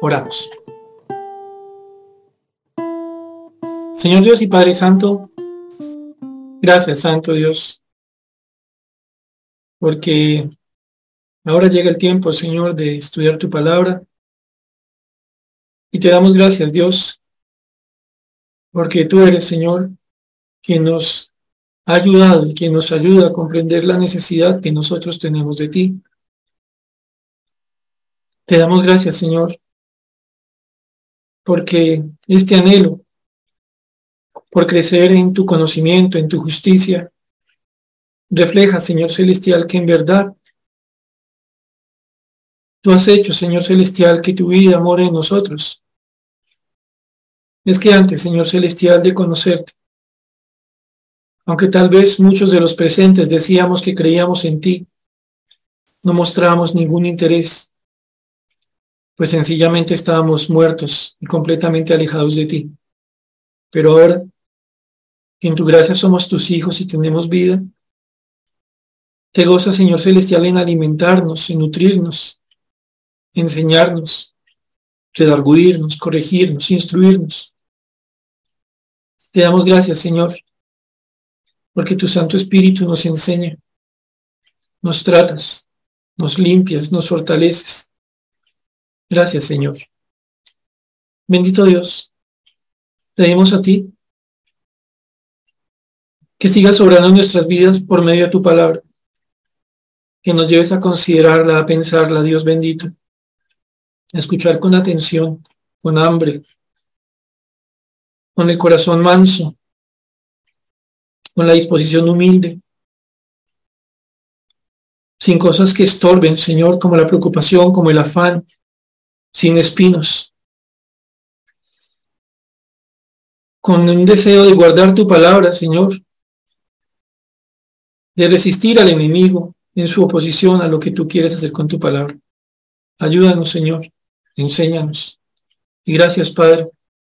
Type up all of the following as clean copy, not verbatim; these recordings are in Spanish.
Oramos. Señor Dios y Padre Santo, gracias, Santo Dios, porque ahora llega el tiempo, Señor, de estudiar tu palabra. Y te damos gracias, Dios, porque tú eres, Señor, quien nos ha ayudado y quien nos ayuda a comprender la necesidad que nosotros tenemos de ti. Te damos gracias, Señor, porque este anhelo por crecer en tu conocimiento, en tu justicia, refleja, Señor Celestial, que en verdad tú has hecho, Señor Celestial, que tu vida more en nosotros. Es que antes, Señor Celestial, de conocerte, aunque tal vez muchos de los presentes decíamos que creíamos en ti, no mostrábamos ningún interés, pues sencillamente estábamos muertos y completamente alejados de ti. Pero ahora, que en tu gracia somos tus hijos y tenemos vida, te gozas, Señor Celestial, en alimentarnos, en nutrirnos, enseñarnos, redarguirnos, corregirnos, instruirnos. Te damos gracias, Señor, porque tu Santo Espíritu nos enseña, nos tratas, nos limpias, nos fortaleces. Gracias, Señor. Bendito Dios, pedimos a ti que sigas obrando en nuestras vidas por medio de tu palabra, que nos lleves a considerarla, a pensarla, Dios bendito, a escuchar con atención, con hambre, con el corazón manso, con la disposición humilde, sin cosas que estorben, Señor, como la preocupación, como el afán, sin espinos, con un deseo de guardar tu palabra, Señor, de resistir al enemigo en su oposición a lo que tú quieres hacer con tu palabra. Ayúdanos, Señor, enséñanos. Y gracias, Padre,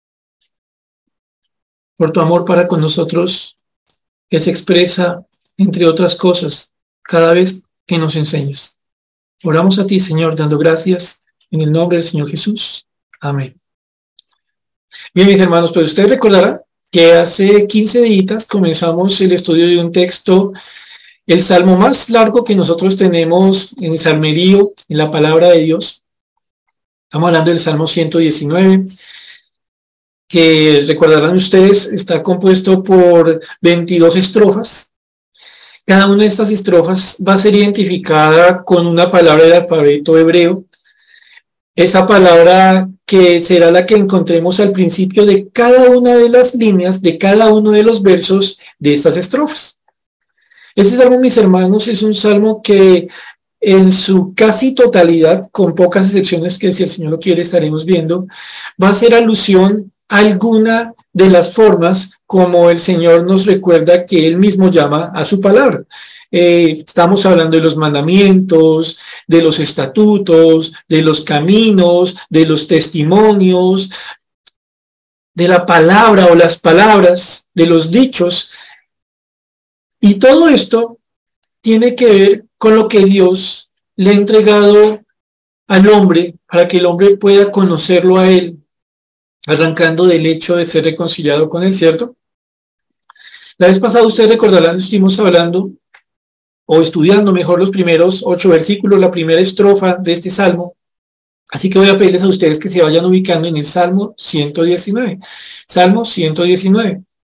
por tu amor para con nosotros, que se expresa, entre otras cosas, cada vez que nos enseñas. Oramos a ti, Señor, dando gracias en el nombre del Señor Jesús. Amén. Bien, mis hermanos, pues usted recordará que hace 15 días comenzamos el estudio de un texto, el salmo más largo que nosotros tenemos en el salmerío, en la palabra de Dios. Estamos hablando del Salmo 119, que recordarán ustedes, está compuesto por 22 estrofas. Cada una de estas estrofas va a ser identificada con una palabra del alfabeto hebreo. Esa palabra que será la que encontremos al principio de cada una de las líneas, de cada uno de los versos de estas estrofas. Este salmo, mis hermanos, es un salmo que en su casi totalidad, con pocas excepciones que si el Señor lo quiere estaremos viendo, va a hacer alusión a alguna de las formas como el Señor nos recuerda que Él mismo llama a su palabra. Estamos hablando de los mandamientos, de los estatutos, de los caminos, de los testimonios, de la palabra o las palabras, de los dichos. Y todo esto tiene que ver con lo que Dios le ha entregado al hombre para que el hombre pueda conocerlo a Él, arrancando del hecho de ser reconciliado con Él, ¿cierto? La vez pasada ustedes recordarán, estuvimos hablando o estudiando mejor los primeros 8 versículos, la primera estrofa de este salmo. Así que voy a pedirles a ustedes que se vayan ubicando en el Salmo 119. Salmo 119.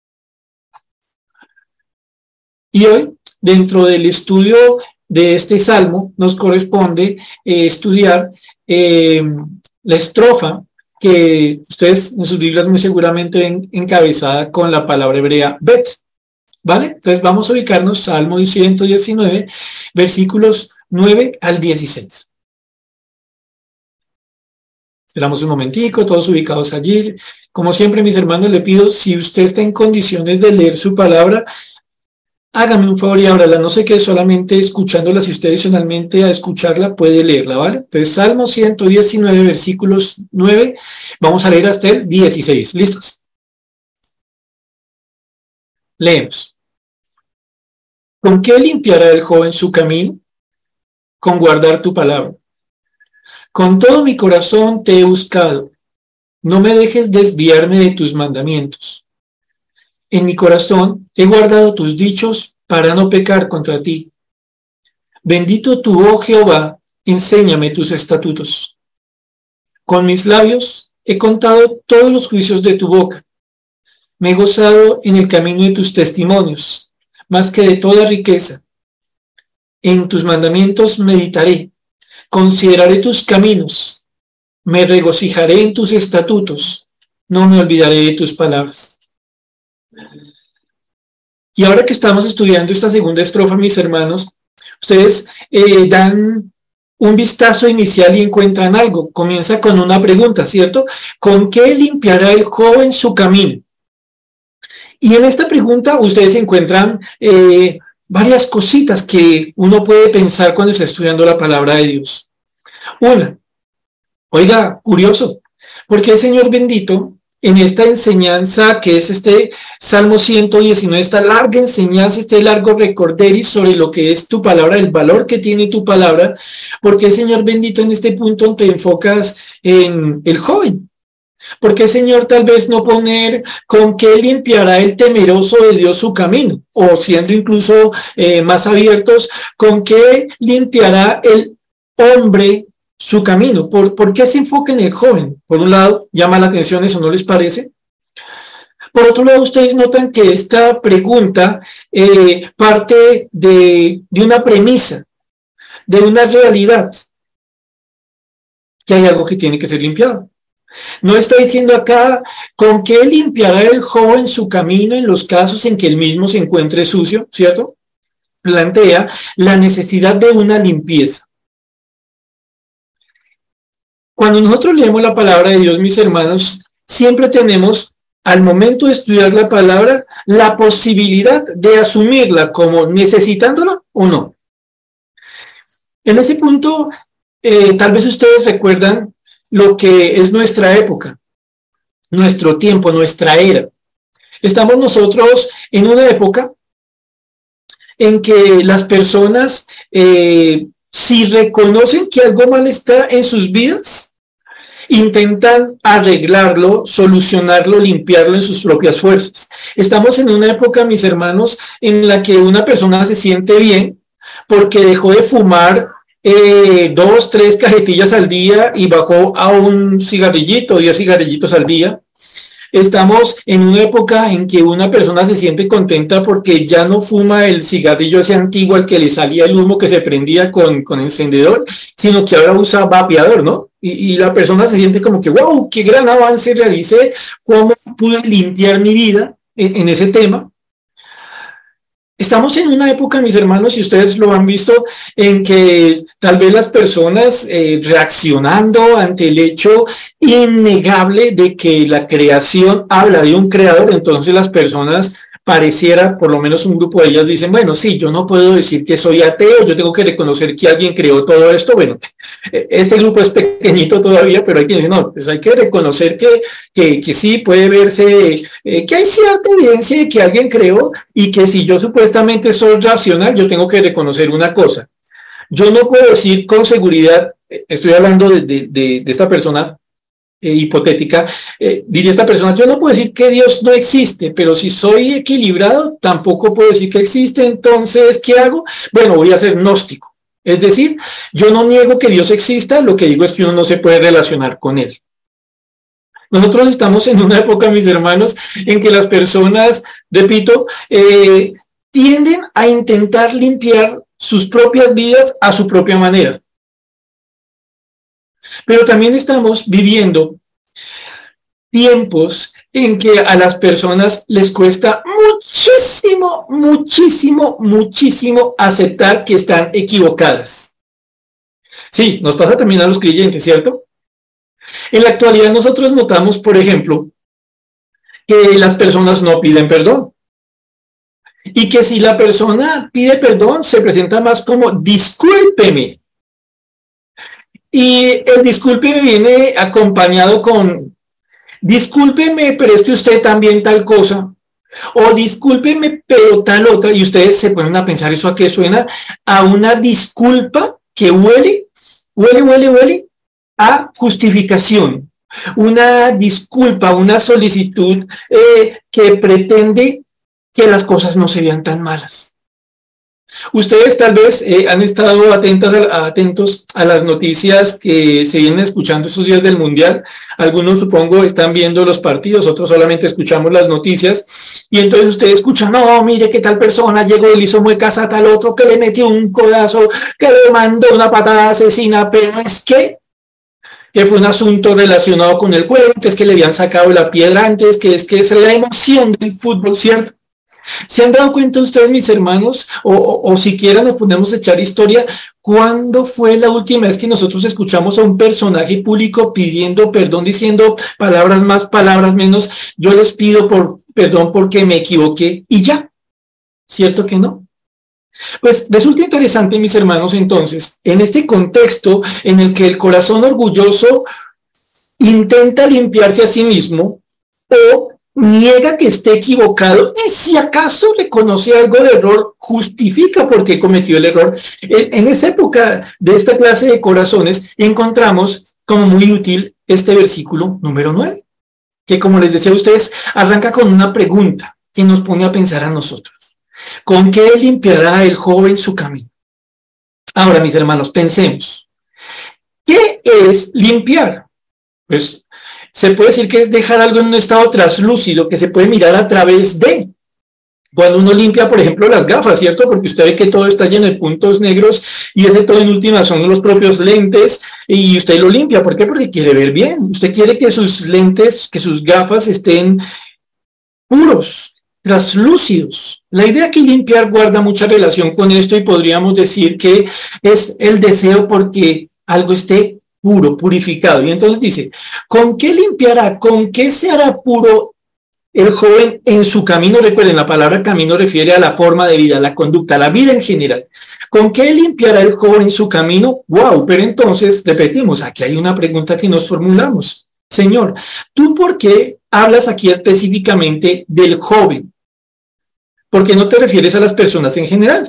Y hoy, dentro del estudio de este salmo, nos corresponde estudiar la estrofa que ustedes en sus Biblias muy seguramente ven encabezada con la palabra hebrea bet. ¿Vale? Entonces vamos a ubicarnos, Salmo 119, versículos 9 al 16. Esperamos un momentico, todos ubicados allí. Como siempre, mis hermanos, le pido, si usted está en condiciones de leer su palabra, hágame un favor y ábrala. No se quede solamente escuchándola, si usted adicionalmente a escucharla puede leerla, ¿vale? Entonces, Salmo 119, versículos 9, vamos a leer hasta el 16. ¿Listos? Leemos. ¿Con qué limpiará el joven su camino? Con guardar tu palabra. Con todo mi corazón te he buscado. No me dejes desviarme de tus mandamientos. En mi corazón he guardado tus dichos para no pecar contra ti. Bendito tú, oh Jehová, enséñame tus estatutos. Con mis labios he contado todos los juicios de tu boca. Me he gozado en el camino de tus testimonios, más que de toda riqueza. En tus mandamientos meditaré, consideraré tus caminos, me regocijaré en tus estatutos, no me olvidaré de tus palabras. Y ahora que estamos estudiando esta segunda estrofa, mis hermanos, ustedes dan un vistazo inicial y encuentran algo. Comienza con una pregunta, ¿cierto? ¿Con qué limpiará el joven su camino? Y en esta pregunta ustedes encuentran varias cositas que uno puede pensar cuando está estudiando la palabra de Dios. Una, oiga, curioso, porque el Señor bendito, en esta enseñanza que es este Salmo 119, esta larga enseñanza, este largo recorderis sobre lo que es tu palabra, el valor que tiene tu palabra, porque el Señor bendito en este punto te enfocas en el joven. Porque el Señor tal vez no poner con qué limpiará el temeroso de Dios su camino, o siendo incluso más abiertos, con qué limpiará el hombre su camino. ¿Por qué se enfoca en el joven? Por un lado, llama la atención eso, ¿no les parece? Por otro lado, ustedes notan que esta pregunta parte de una premisa, de una realidad, que hay algo que tiene que ser limpiado. No está diciendo acá con qué limpiará el joven su camino en los casos en que él mismo se encuentre sucio, ¿cierto? Plantea la necesidad de una limpieza. Cuando nosotros leemos la palabra de Dios, mis hermanos, siempre tenemos, al momento de estudiar la palabra, la posibilidad de asumirla como necesitándola o no. En ese punto, tal vez ustedes recuerdan lo que es nuestra época, nuestro tiempo, nuestra era. Estamos nosotros en una época en que las personas, si reconocen que algo mal está en sus vidas, intentan arreglarlo, solucionarlo, limpiarlo en sus propias fuerzas. Estamos en una época, mis hermanos, en la que una persona se siente bien porque dejó de fumar 2, 3 cajetillas al día y bajó a un cigarrillito, 10 cigarrillitos al día. Estamos en una época en que una persona se siente contenta porque ya no fuma el cigarrillo ese antiguo al que le salía el humo que se prendía con encendedor, sino que ahora usa vapeador, ¿no? Y la persona se siente como que, wow, qué gran avance realicé, cómo pude limpiar mi vida en ese tema. Estamos en una época, mis hermanos, y ustedes lo han visto, en que tal vez las personas reaccionando ante el hecho innegable de que la creación habla de un creador, entonces las personas pareciera, por lo menos un grupo de ellas dicen, bueno, sí, yo no puedo decir que soy ateo, yo tengo que reconocer que alguien creó todo esto. Bueno, este grupo es pequeñito todavía, pero hay quien dice, no, pues hay que reconocer que sí puede verse, que hay cierta evidencia de que alguien creó y que si yo supuestamente soy racional, yo tengo que reconocer una cosa. Yo no puedo decir con seguridad, estoy hablando de esta persona, hipotética, diría esta persona, yo no puedo decir que Dios no existe, pero si soy equilibrado, tampoco puedo decir que existe, entonces, ¿qué hago? Bueno, voy a ser gnóstico. Es decir, yo no niego que Dios exista, lo que digo es que uno no se puede relacionar con él. Nosotros estamos en una época, mis hermanos, en que las personas, repito, tienden a intentar limpiar sus propias vidas a su propia manera. Pero también estamos viviendo tiempos en que a las personas les cuesta muchísimo, muchísimo, muchísimo aceptar que están equivocadas. Sí, nos pasa también a los creyentes, ¿cierto? En la actualidad nosotros notamos, por ejemplo, que las personas no piden perdón. Y que si la persona pide perdón, se presenta más como discúlpeme. Y el discúlpeme viene acompañado con discúlpeme, pero es que usted también tal cosa. O discúlpeme, pero tal otra. Y ustedes se ponen a pensar, ¿eso a qué suena? A una disculpa que huele a justificación, una disculpa, una solicitud que pretende que las cosas no se vean tan malas. Ustedes tal vez han estado atentos a las noticias que se vienen escuchando estos días del Mundial. Algunos, supongo, están viendo los partidos, otros solamente escuchamos las noticias. Y entonces ustedes escuchan, no, mire que tal persona llegó y le hizo muecas a tal otro, que le metió un codazo, que le mandó una patada asesina, pero es que fue un asunto relacionado con el juego, que es que le habían sacado la piedra antes, que es la emoción del fútbol, ¿cierto? ¿Se han dado cuenta ustedes, mis hermanos, o siquiera nos ponemos a echar historia? ¿Cuándo fue la última vez que nosotros escuchamos a un personaje público pidiendo perdón, diciendo palabras más, palabras menos, yo les pido perdón porque me equivoqué y ya? ¿Cierto que no? Pues resulta interesante, mis hermanos, entonces, en este contexto en el que el corazón orgulloso intenta limpiarse a sí mismo o niega que esté equivocado y si acaso reconoce algo de error, justifica por qué cometió el error. En esa época de esta clase de corazones encontramos como muy útil este versículo número 9, que como les decía a ustedes, arranca con una pregunta que nos pone a pensar a nosotros. ¿Con qué limpiará el joven su camino? Ahora, mis hermanos, pensemos. ¿Qué es limpiar? Pues se puede decir que es dejar algo en un estado traslúcido que se puede mirar a través de. Cuando uno limpia, por ejemplo, las gafas, ¿cierto? Porque usted ve que todo está lleno de puntos negros y ese todo en última son los propios lentes y usted lo limpia. ¿Por qué? Porque quiere ver bien. Usted quiere que sus lentes, que sus gafas estén puros, traslúcidos. La idea que limpiar guarda mucha relación con esto y podríamos decir que es el deseo porque algo esté puro, purificado. Y entonces dice, ¿con qué limpiará? ¿Con qué se hará puro el joven en su camino? Recuerden, la palabra camino refiere a la forma de vida, la conducta, la vida en general. ¿Con qué limpiará el joven su camino? ¡Wow! Pero entonces, repetimos, aquí hay una pregunta que nos formulamos. Señor, ¿tú por qué hablas aquí específicamente del joven? ¿Por qué no te refieres a las personas en general?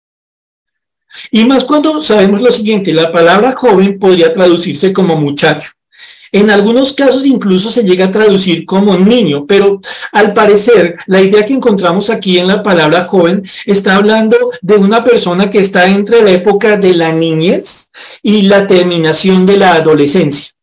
Y más cuando sabemos lo siguiente, la palabra joven podría traducirse como muchacho. En algunos casos incluso se llega a traducir como niño, pero al parecer la idea que encontramos aquí en la palabra joven está hablando de una persona que está entre la época de la niñez y la terminación de la adolescencia.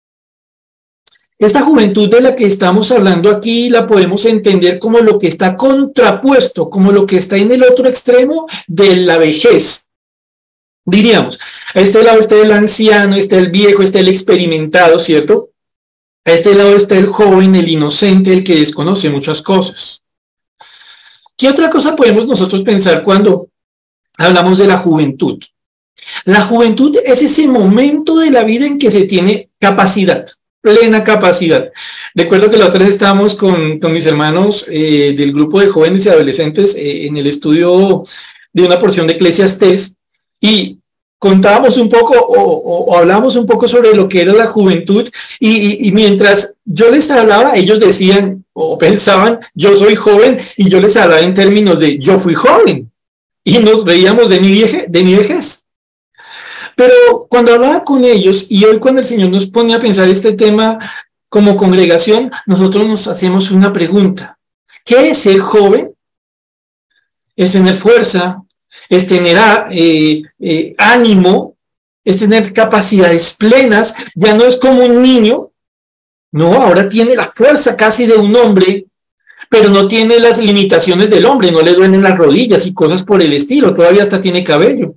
Esta juventud de la que estamos hablando aquí la podemos entender como lo que está contrapuesto, como lo que está en el otro extremo de la vejez. Diríamos, a este lado está el anciano, está el viejo, está el experimentado, ¿cierto? A este lado está el joven, el inocente, el que desconoce muchas cosas. ¿Qué otra cosa podemos nosotros pensar cuando hablamos de la juventud? La juventud es ese momento de la vida en que se tiene capacidad, plena capacidad. Recuerdo que la otra vez estábamos con mis hermanos del grupo de jóvenes y adolescentes en el estudio de una porción de Eclesiastés y contábamos un poco o hablábamos un poco sobre lo que era la juventud y mientras yo les hablaba, ellos decían o pensaban, yo soy joven y yo les hablaba en términos de yo fui joven y nos veíamos de mi vejez. Pero cuando hablaba con ellos y hoy cuando el Señor nos pone a pensar este tema como congregación, nosotros nos hacemos una pregunta. ¿Qué es ser joven? Es tener fuerza, es tener ánimo, es tener capacidades plenas, ya no es como un niño, no, ahora tiene la fuerza casi de un hombre, pero no tiene las limitaciones del hombre, no le duelen las rodillas y cosas por el estilo, todavía hasta tiene cabello.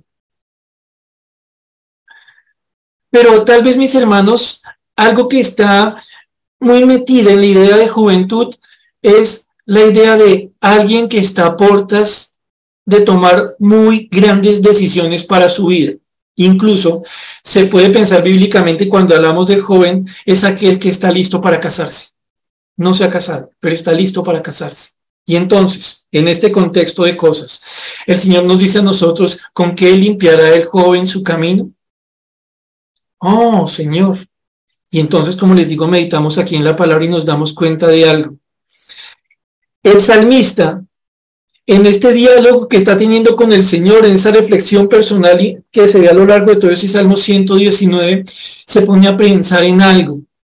Pero tal vez, mis hermanos, algo que está muy metida en la idea de juventud es la idea de alguien que está a puertas de tomar muy grandes decisiones para su vida. Incluso se puede pensar bíblicamente cuando hablamos del joven, es aquel que está listo para casarse. No se ha casado, pero está listo para casarse. Y entonces, en este contexto de cosas, el Señor nos dice a nosotros, ¿con qué limpiará el joven su camino? Oh, Señor. Y entonces, como les digo, meditamos aquí en la palabra y nos damos cuenta de algo. El salmista en este diálogo que está teniendo con el Señor, en esa reflexión personal que se ve a lo largo de todo ese Salmo 119, se pone a pensar en algo.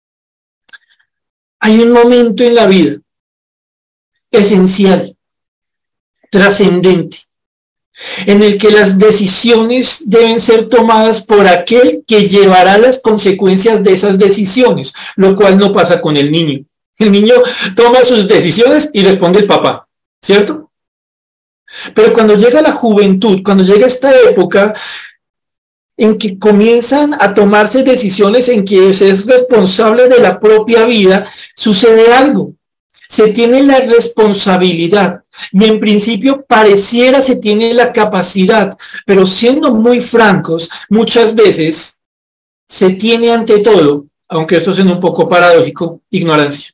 Hay un momento en la vida esencial, trascendente, en el que las decisiones deben ser tomadas por aquel que llevará las consecuencias de esas decisiones, lo cual no pasa con el niño. El niño toma sus decisiones y responde el papá, ¿cierto? Pero cuando llega la juventud, cuando llega esta época en que comienzan a tomarse decisiones en que se es responsable de la propia vida, sucede algo. Se tiene la responsabilidad y en principio pareciera se tiene la capacidad, pero siendo muy francos, muchas veces se tiene ante todo, aunque esto es un poco paradójico, ignorancia.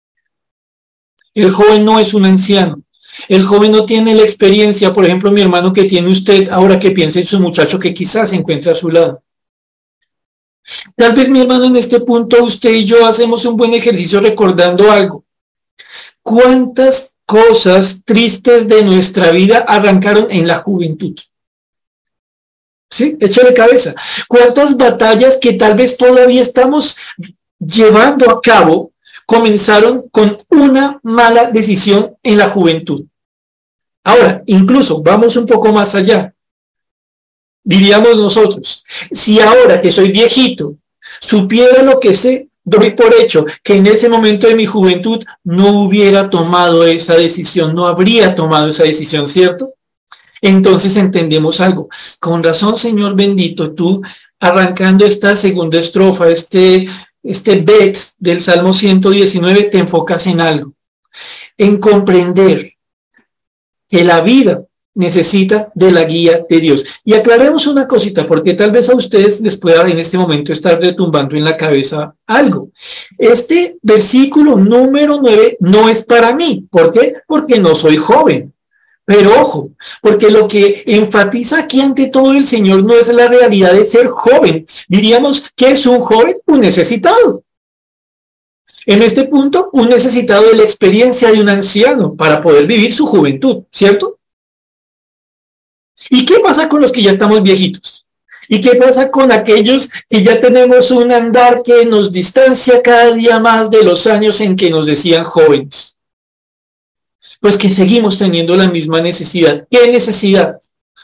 El joven no es un anciano. El joven no tiene la experiencia, por ejemplo, mi hermano, que tiene usted ahora que piensa en su muchacho que quizás se encuentra a su lado. Tal vez, mi hermano, en este punto usted y yo hacemos un buen ejercicio recordando algo. ¿Cuántas cosas tristes de nuestra vida arrancaron en la juventud? ¿Sí? Échale cabeza. ¿Cuántas batallas que tal vez todavía estamos llevando a cabo comenzaron con una mala decisión en la juventud? Ahora, incluso vamos un poco más allá. Diríamos nosotros, si ahora que soy viejito, supiera lo que sé, doy por hecho que en ese momento de mi juventud no hubiera tomado esa decisión, no habría tomado esa decisión, ¿cierto? Entonces entendemos algo. Con razón, Señor bendito, tú arrancando esta segunda estrofa, este bet del Salmo 119, te enfocas en algo, en comprender que la vida necesita de la guía de Dios. Y aclaremos una cosita, porque tal vez a ustedes les pueda en este momento estar retumbando en la cabeza algo. Este versículo número 9 no es para mí. ¿Por qué? Porque no soy joven. Pero ojo, porque lo que enfatiza aquí ante todo el Señor no es la realidad de ser joven. Diríamos que es un joven, un necesitado. En este punto, un necesitado de la experiencia de un anciano para poder vivir su juventud, ¿cierto? ¿Y qué pasa con los que ya estamos viejitos? ¿Y qué pasa con aquellos que ya tenemos un andar que nos distancia cada día más de los años en que nos decían jóvenes? Pues que seguimos teniendo la misma necesidad. ¿Qué necesidad?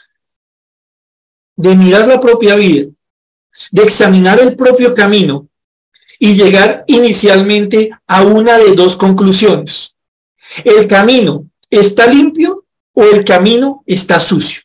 De mirar la propia vida, de examinar el propio camino y llegar inicialmente a una de dos conclusiones. ¿El camino está limpio o el camino está sucio?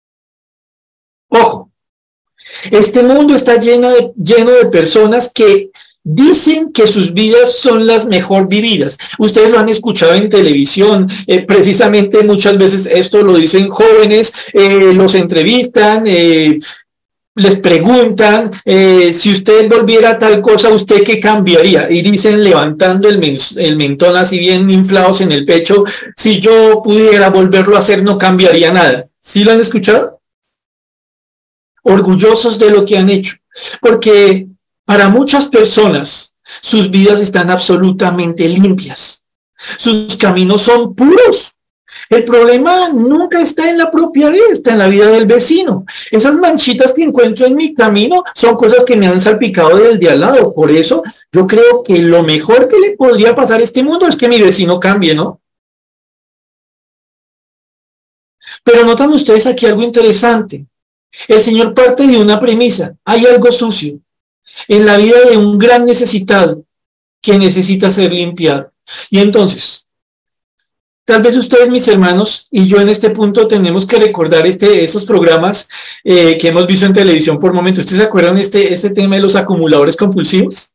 Ojo, este mundo está lleno de personas que dicen que sus vidas son las mejor vividas. Ustedes lo han escuchado en televisión, precisamente muchas veces esto lo dicen jóvenes, los entrevistan, les preguntan, si usted volviera a tal cosa, ¿usted qué cambiaría? Y dicen levantando el mentón así bien inflados en el pecho, si yo pudiera volverlo a hacer no cambiaría nada. ¿Sí lo han escuchado? Orgullosos de lo que han hecho, porque para muchas personas sus vidas están absolutamente limpias, sus caminos son puros. El problema nunca está en la propia vida, está en la vida del vecino. Esas manchitas que encuentro en mi camino son cosas que me han salpicado del de al lado. Por eso yo creo que lo mejor que le podría pasar a este mundo es que mi vecino cambie, ¿no? Pero notan ustedes aquí algo interesante. El Señor parte de una premisa. Hay algo sucio en la vida de un gran necesitado que necesita ser limpiado. Y entonces, tal vez ustedes, mis hermanos, y yo en este punto tenemos que recordar esos programas que hemos visto en televisión por momentos. ¿Ustedes se acuerdan este tema de los acumuladores compulsivos?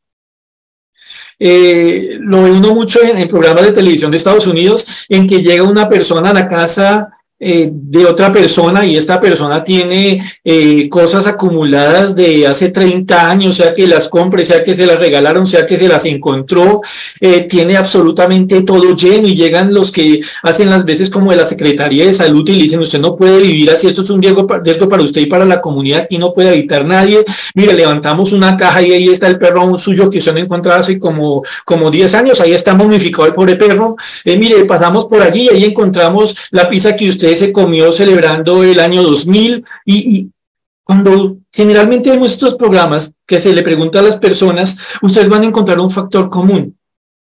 Lo ve uno mucho en programas de televisión de Estados Unidos, en que llega una persona a la casa de otra persona y esta persona tiene cosas acumuladas de hace 30 años, sea que las compre, sea que se las regalaron, sea que se las encontró, tiene absolutamente todo lleno y llegan los que hacen las veces como de la Secretaría de Salud y le dicen, usted no puede vivir así, esto es un riesgo para usted y para la comunidad, aquí no puede habitar nadie, mire, levantamos una caja y ahí está el perro suyo que usted no encontraba hace como 10 años, ahí está momificado el pobre perro, mire, pasamos por allí y ahí encontramos la pizza que usted se comió celebrando el año 2000 y cuando generalmente vemos estos programas que se le pregunta a las personas, ustedes van a encontrar un factor común.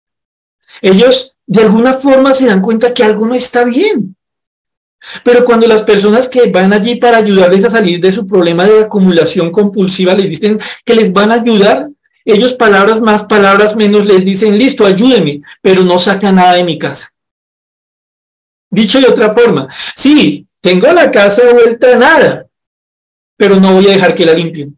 Ellos de alguna forma se dan cuenta que algo no está bien. Pero cuando las personas que van allí para ayudarles a salir de su problema de acumulación compulsiva les dicen que les van a ayudar, ellos palabras más, palabras menos les dicen, listo, ayúdenme, pero no sacan nada de mi casa. Dicho de otra forma, sí, tengo la casa vuelta a nada, pero no voy a dejar que la limpien.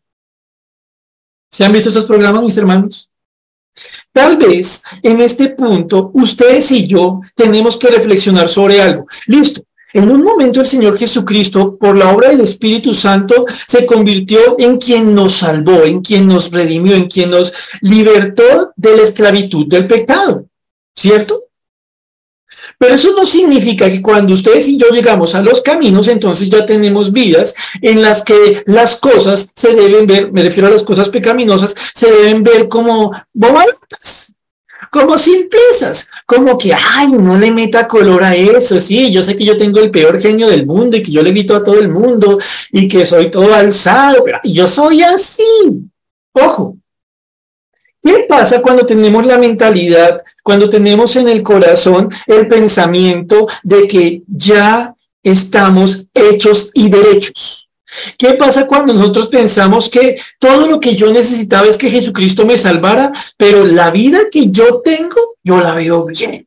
¿Se han visto estos programas, mis hermanos? Tal vez en este punto ustedes y yo tenemos que reflexionar sobre algo. Listo. En un momento el Señor Jesucristo, por la obra del Espíritu Santo, se convirtió en quien nos salvó, en quien nos redimió, en quien nos libertó de la esclavitud del pecado. ¿Cierto? Pero eso no significa que cuando ustedes y yo llegamos a los caminos, entonces ya tenemos vidas en las que las cosas se deben ver, me refiero a las cosas pecaminosas, se deben ver como bobadas, como simplezas, como que, ay, no le meta color a eso, sí, yo sé que yo tengo el peor genio del mundo y que yo le grito a todo el mundo y que soy todo alzado, pero yo soy así. Ojo. ¿Qué pasa cuando tenemos la mentalidad, cuando tenemos en el corazón el pensamiento de que ya estamos hechos y derechos? ¿Qué pasa cuando nosotros pensamos que todo lo que yo necesitaba es que Jesucristo me salvara, pero la vida que yo tengo, yo la veo bien?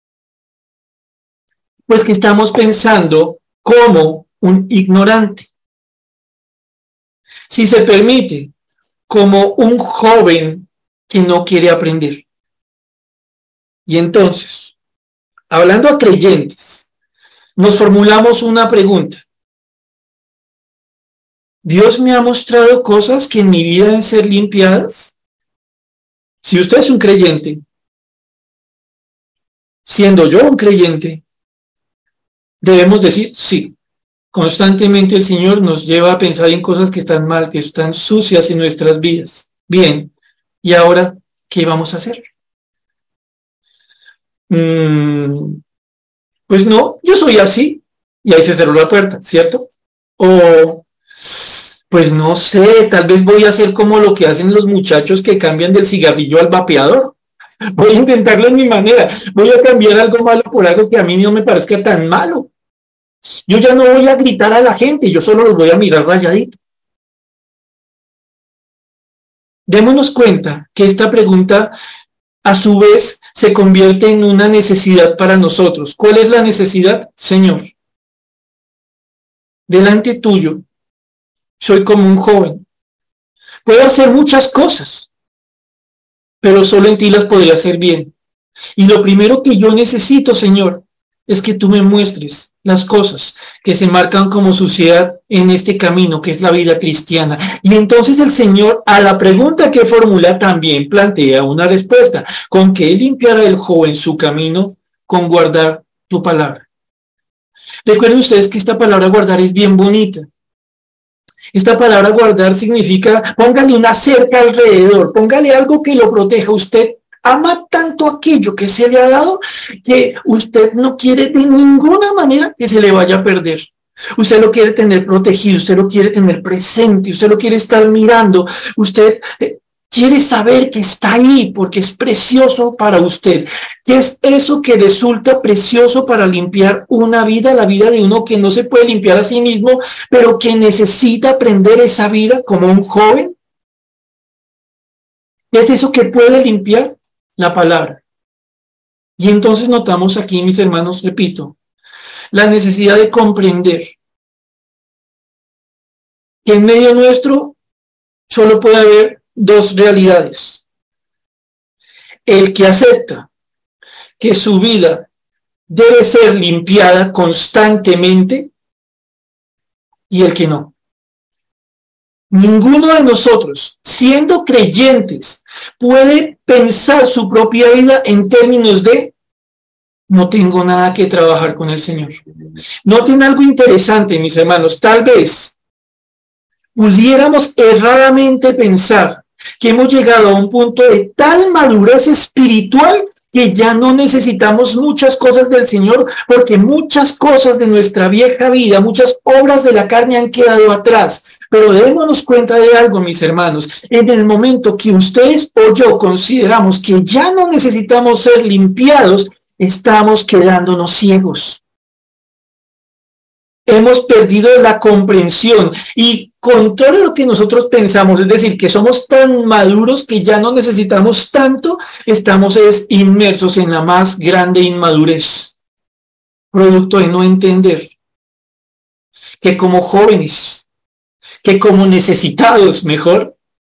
Pues que estamos pensando como un ignorante. Si se permite, como un joven que no quiere aprender. Y entonces, hablando a creyentes, nos formulamos una pregunta. ¿Dios me ha mostrado cosas que en mi vida deben ser limpiadas? Si usted es un creyente, siendo yo un creyente, debemos decir sí. Constantemente el Señor nos lleva a pensar en cosas que están mal, que están sucias en nuestras vidas. Bien, ¿y ahora qué vamos a hacer? Pues no, yo soy así. Y ahí se cerró la puerta, ¿cierto? O, pues no sé, tal vez voy a hacer como lo que hacen los muchachos que cambian del cigarrillo al vapeador. Voy a intentarlo en mi manera. Voy a cambiar algo malo por algo que a mí no me parezca tan malo. Yo ya no voy a gritar a la gente, yo solo los voy a mirar rayadito. Démonos cuenta que esta pregunta a su vez se convierte en una necesidad para nosotros. ¿Cuál es la necesidad? Señor, delante tuyo soy como un joven. Puedo hacer muchas cosas, pero solo en ti las podría hacer bien. Y lo primero que yo necesito, Señor, es que tú me muestres las cosas que se marcan como suciedad en este camino que es la vida cristiana. Y entonces el Señor a la pregunta que formula también plantea una respuesta. ¿Con qué limpiará el joven su camino? Con guardar tu palabra. Recuerden ustedes que esta palabra guardar es bien bonita. Esta palabra guardar significa póngale una cerca alrededor, póngale algo que lo proteja. Usted ama tanto aquello que se le ha dado que usted no quiere de ninguna manera que se le vaya a perder. Usted lo quiere tener protegido, usted lo quiere tener presente, usted lo quiere estar mirando, usted quiere saber que está ahí porque es precioso para usted. ¿Qué es eso que resulta precioso para limpiar una vida, la vida de uno que no se puede limpiar a sí mismo, pero que necesita aprender esa vida como un joven? ¿Qué es eso que puede limpiar? La palabra. Y entonces notamos aquí, mis hermanos, repito, la necesidad de comprender que en medio nuestro solo puede haber dos realidades. El que acepta que su vida debe ser limpiada constantemente y el que no. Ninguno de nosotros, siendo creyentes, puede pensar su propia vida en términos de no tengo nada que trabajar con el Señor. Noten algo interesante, mis hermanos. Tal vez pudiéramos erradamente pensar que hemos llegado a un punto de tal madurez espiritual que ya no necesitamos muchas cosas del Señor, porque muchas cosas de nuestra vieja vida, muchas obras de la carne han quedado atrás. Pero démonos cuenta de algo, mis hermanos. En el momento que ustedes o yo consideramos que ya no necesitamos ser limpiados, estamos quedándonos ciegos. Hemos perdido la comprensión y con todo lo que nosotros pensamos, es decir, que somos tan maduros que ya no necesitamos tanto, estamos inmersos en la más grande inmadurez, producto de no entender que como jóvenes, que como necesitados, mejor,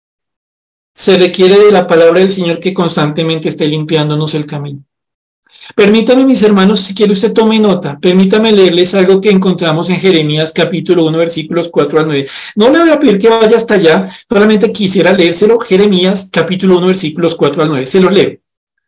se requiere de la palabra del Señor que constantemente esté limpiándonos el camino. Permítame, mis hermanos, si quiere usted tome nota, permítame leerles algo que encontramos en Jeremías capítulo 1, versículos 4 al 9. No le voy a pedir que vaya hasta allá, solamente quisiera leérselo. Jeremías capítulo 1, versículos 4 al 9. Se los leo.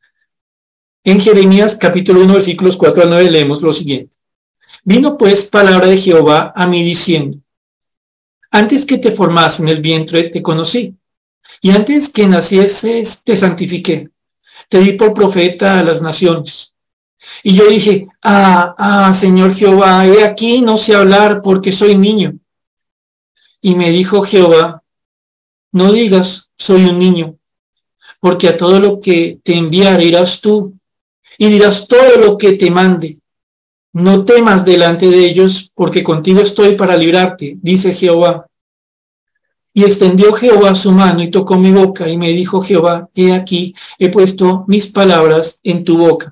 En Jeremías capítulo 1, versículos 4 al 9 leemos lo siguiente. Vino pues palabra de Jehová a mí diciendo, antes que te formase en el vientre te conocí, y antes que nacieses te santifiqué. Te di por profeta a las naciones. Y yo dije, Señor Jehová, he aquí no sé hablar porque soy niño. Y me dijo Jehová, no digas, soy un niño, porque a todo lo que te enviare irás tú, y dirás todo lo que te mande. No temas delante de ellos, porque contigo estoy para librarte, dice Jehová. Y extendió Jehová su mano y tocó mi boca, y me dijo Jehová, he aquí, he puesto mis palabras en tu boca.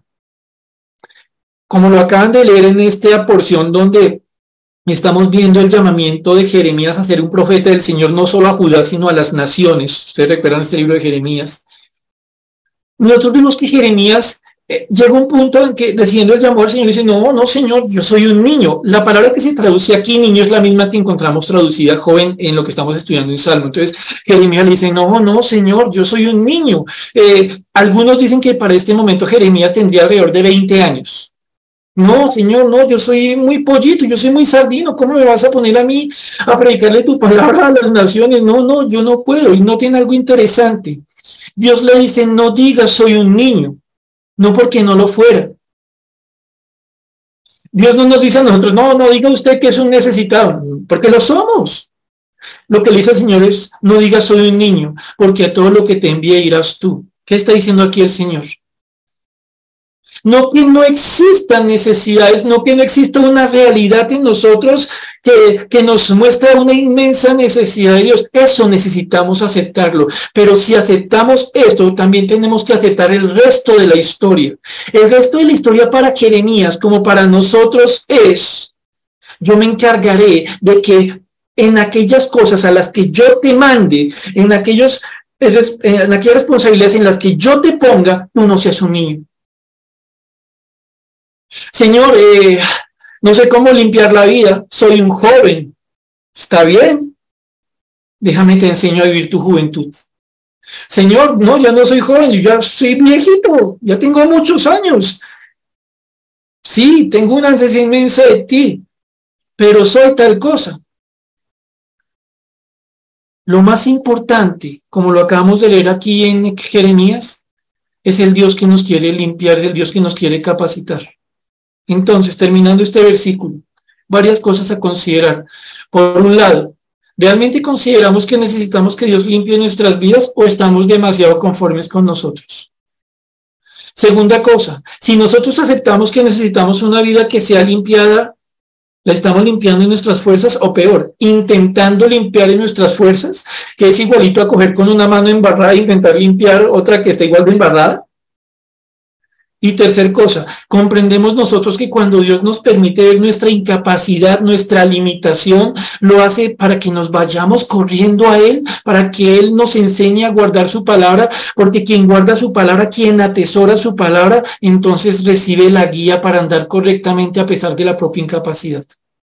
Como lo acaban de leer en esta porción donde estamos viendo el llamamiento de Jeremías a ser un profeta del Señor, no solo a Judá, sino a las naciones. Ustedes recuerdan este libro de Jeremías. Nosotros vimos que Jeremías llega un punto en que recibiendo el llamado del Señor dice, no, Señor, yo soy un niño. La palabra que se traduce aquí, niño, es la misma que encontramos traducida joven en lo que estamos estudiando en Salmo. Entonces, Jeremías le dice, no, Señor, yo soy un niño. Algunos dicen que para este momento Jeremías tendría alrededor de 20 años. No, Señor, no, yo soy muy pollito, yo soy muy sardino. ¿Cómo me vas a poner a mí a predicarle tu palabra a las naciones? No, yo no puedo. Y no tiene algo interesante. Dios le dice, no digas soy un niño. No porque no lo fuera. Dios no nos dice a nosotros, no diga usted que es un necesitado, porque lo somos. Lo que le dice al Señor es, no diga soy un niño, porque a todo lo que te envíe irás tú. ¿Qué está diciendo aquí el Señor? No que no existan necesidades, no que no exista una realidad en nosotros que nos muestra una inmensa necesidad de Dios. Eso necesitamos aceptarlo. Pero si aceptamos esto, también tenemos que aceptar el resto de la historia. El resto de la historia para Jeremías, como para nosotros es, yo me encargaré de que en aquellas cosas a las que yo te mande, en aquellas responsabilidades en las que yo te ponga, tú no seas un niño. Señor, no sé cómo limpiar la vida, soy un joven. ¿Está bien? Déjame te enseño a vivir tu juventud. Señor, no, ya no soy joven, yo ya soy viejito, ya tengo muchos años. Sí, tengo una necesidad inmensa de ti, pero soy tal cosa. Lo más importante, como lo acabamos de leer aquí en Jeremías, es el Dios que nos quiere limpiar, es el Dios que nos quiere capacitar. Entonces, terminando este versículo, varias cosas a considerar. Por un lado, ¿realmente consideramos que necesitamos que Dios limpie nuestras vidas o estamos demasiado conformes con nosotros? Segunda cosa, si nosotros aceptamos que necesitamos una vida que sea limpiada, ¿la estamos limpiando en nuestras fuerzas o peor, intentando limpiar en nuestras fuerzas, que es igualito a coger con una mano embarrada e intentar limpiar otra que está igual de embarrada? Y tercer cosa, comprendemos nosotros que cuando Dios nos permite ver nuestra incapacidad, nuestra limitación, lo hace para que nos vayamos corriendo a Él, para que Él nos enseñe a guardar su palabra, porque quien guarda su palabra, quien atesora su palabra, entonces recibe la guía para andar correctamente a pesar de la propia incapacidad.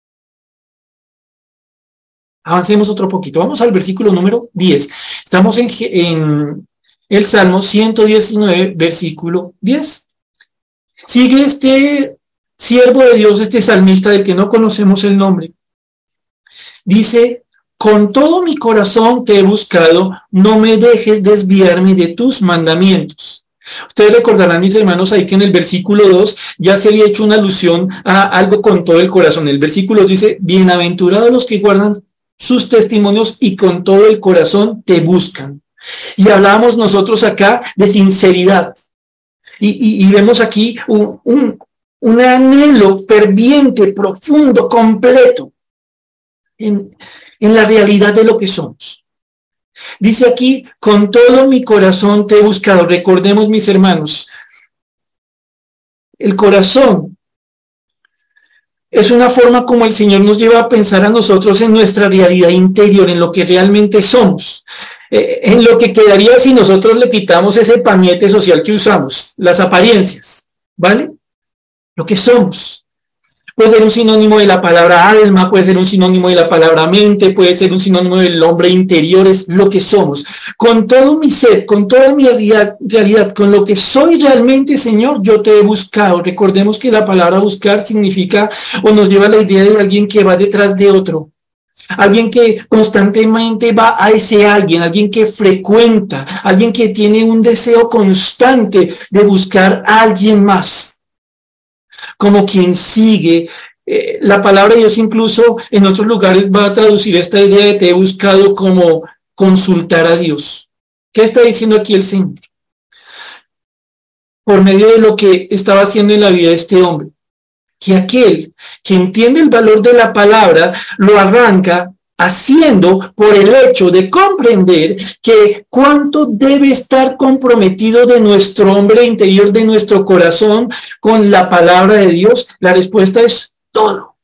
Avancemos otro poquito. Vamos al versículo número 10. Estamos en el Salmo 119, versículo 10. Sigue este siervo de Dios, este salmista del que no conocemos el nombre. Dice, con todo mi corazón te he buscado, no me dejes desviarme de tus mandamientos. Ustedes recordarán, mis hermanos, ahí que en el versículo 2 ya se había hecho una alusión a algo con todo el corazón. El versículo dice, bienaventurados los que guardan sus testimonios y con todo el corazón te buscan. Y hablábamos nosotros acá de sinceridad. Y vemos aquí un anhelo ferviente, profundo, completo en la realidad de lo que somos. Dice aquí, con todo mi corazón te he buscado. Recordemos, mis hermanos, el corazón es una forma como el Señor nos lleva a pensar a nosotros en nuestra realidad interior, en lo que realmente somos. En lo que quedaría si nosotros le quitamos ese pañete social que usamos, las apariencias, ¿vale? Lo que somos. Puede ser un sinónimo de la palabra alma, puede ser un sinónimo de la palabra mente, puede ser un sinónimo del hombre interior, es lo que somos. Con todo mi ser, con toda mi realidad, con lo que soy realmente, Señor, yo te he buscado. Recordemos que la palabra buscar significa o nos lleva a la idea de alguien que va detrás de otro. Alguien que constantemente va a ese alguien que frecuenta, alguien que tiene un deseo constante de buscar a alguien más, como quien sigue. La palabra Dios incluso en otros lugares va a traducir esta idea de te he buscado como consultar a Dios. ¿Qué está diciendo aquí el Señor? Por medio de lo que estaba haciendo en la vida de este hombre, que aquel que entiende el valor de la palabra lo arranca haciendo por el hecho de comprender que cuánto debe estar comprometido de nuestro hombre interior, de nuestro corazón con la palabra de Dios. La respuesta es todo.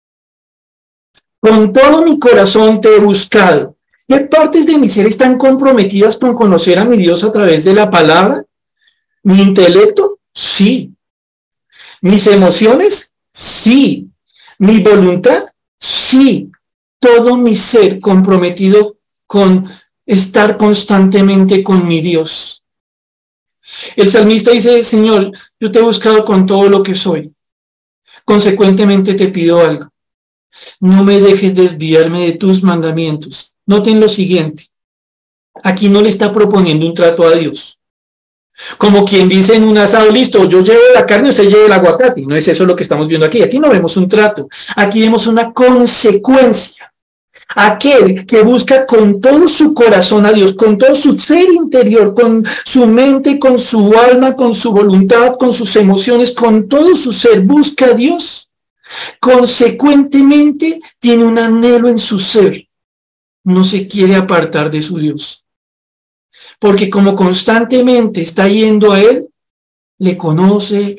Con todo mi corazón te he buscado. ¿Qué partes de mi ser están comprometidas con conocer a mi Dios a través de la palabra? ¿Mi intelecto? Sí. ¿Mis emociones? Sí. ¿Mi voluntad? Sí. Todo mi ser comprometido con estar constantemente con mi Dios. El salmista dice, Señor, yo te he buscado con todo lo que soy. Consecuentemente te pido algo. No me dejes desviarme de tus mandamientos. Noten lo siguiente. Aquí no le está proponiendo un trato a Dios. Como quien dice en un asado, listo, yo llevo la carne, usted lleva el aguacate. No es eso lo que estamos viendo aquí. Aquí no vemos un trato. Aquí vemos una consecuencia. Aquel que busca con todo su corazón a Dios, con todo su ser interior, con su mente, con su alma, con su voluntad, con sus emociones, con todo su ser, busca a Dios. Consecuentemente, tiene un anhelo en su ser. No se quiere apartar de su Dios. Porque como constantemente está yendo a Él, le conoce,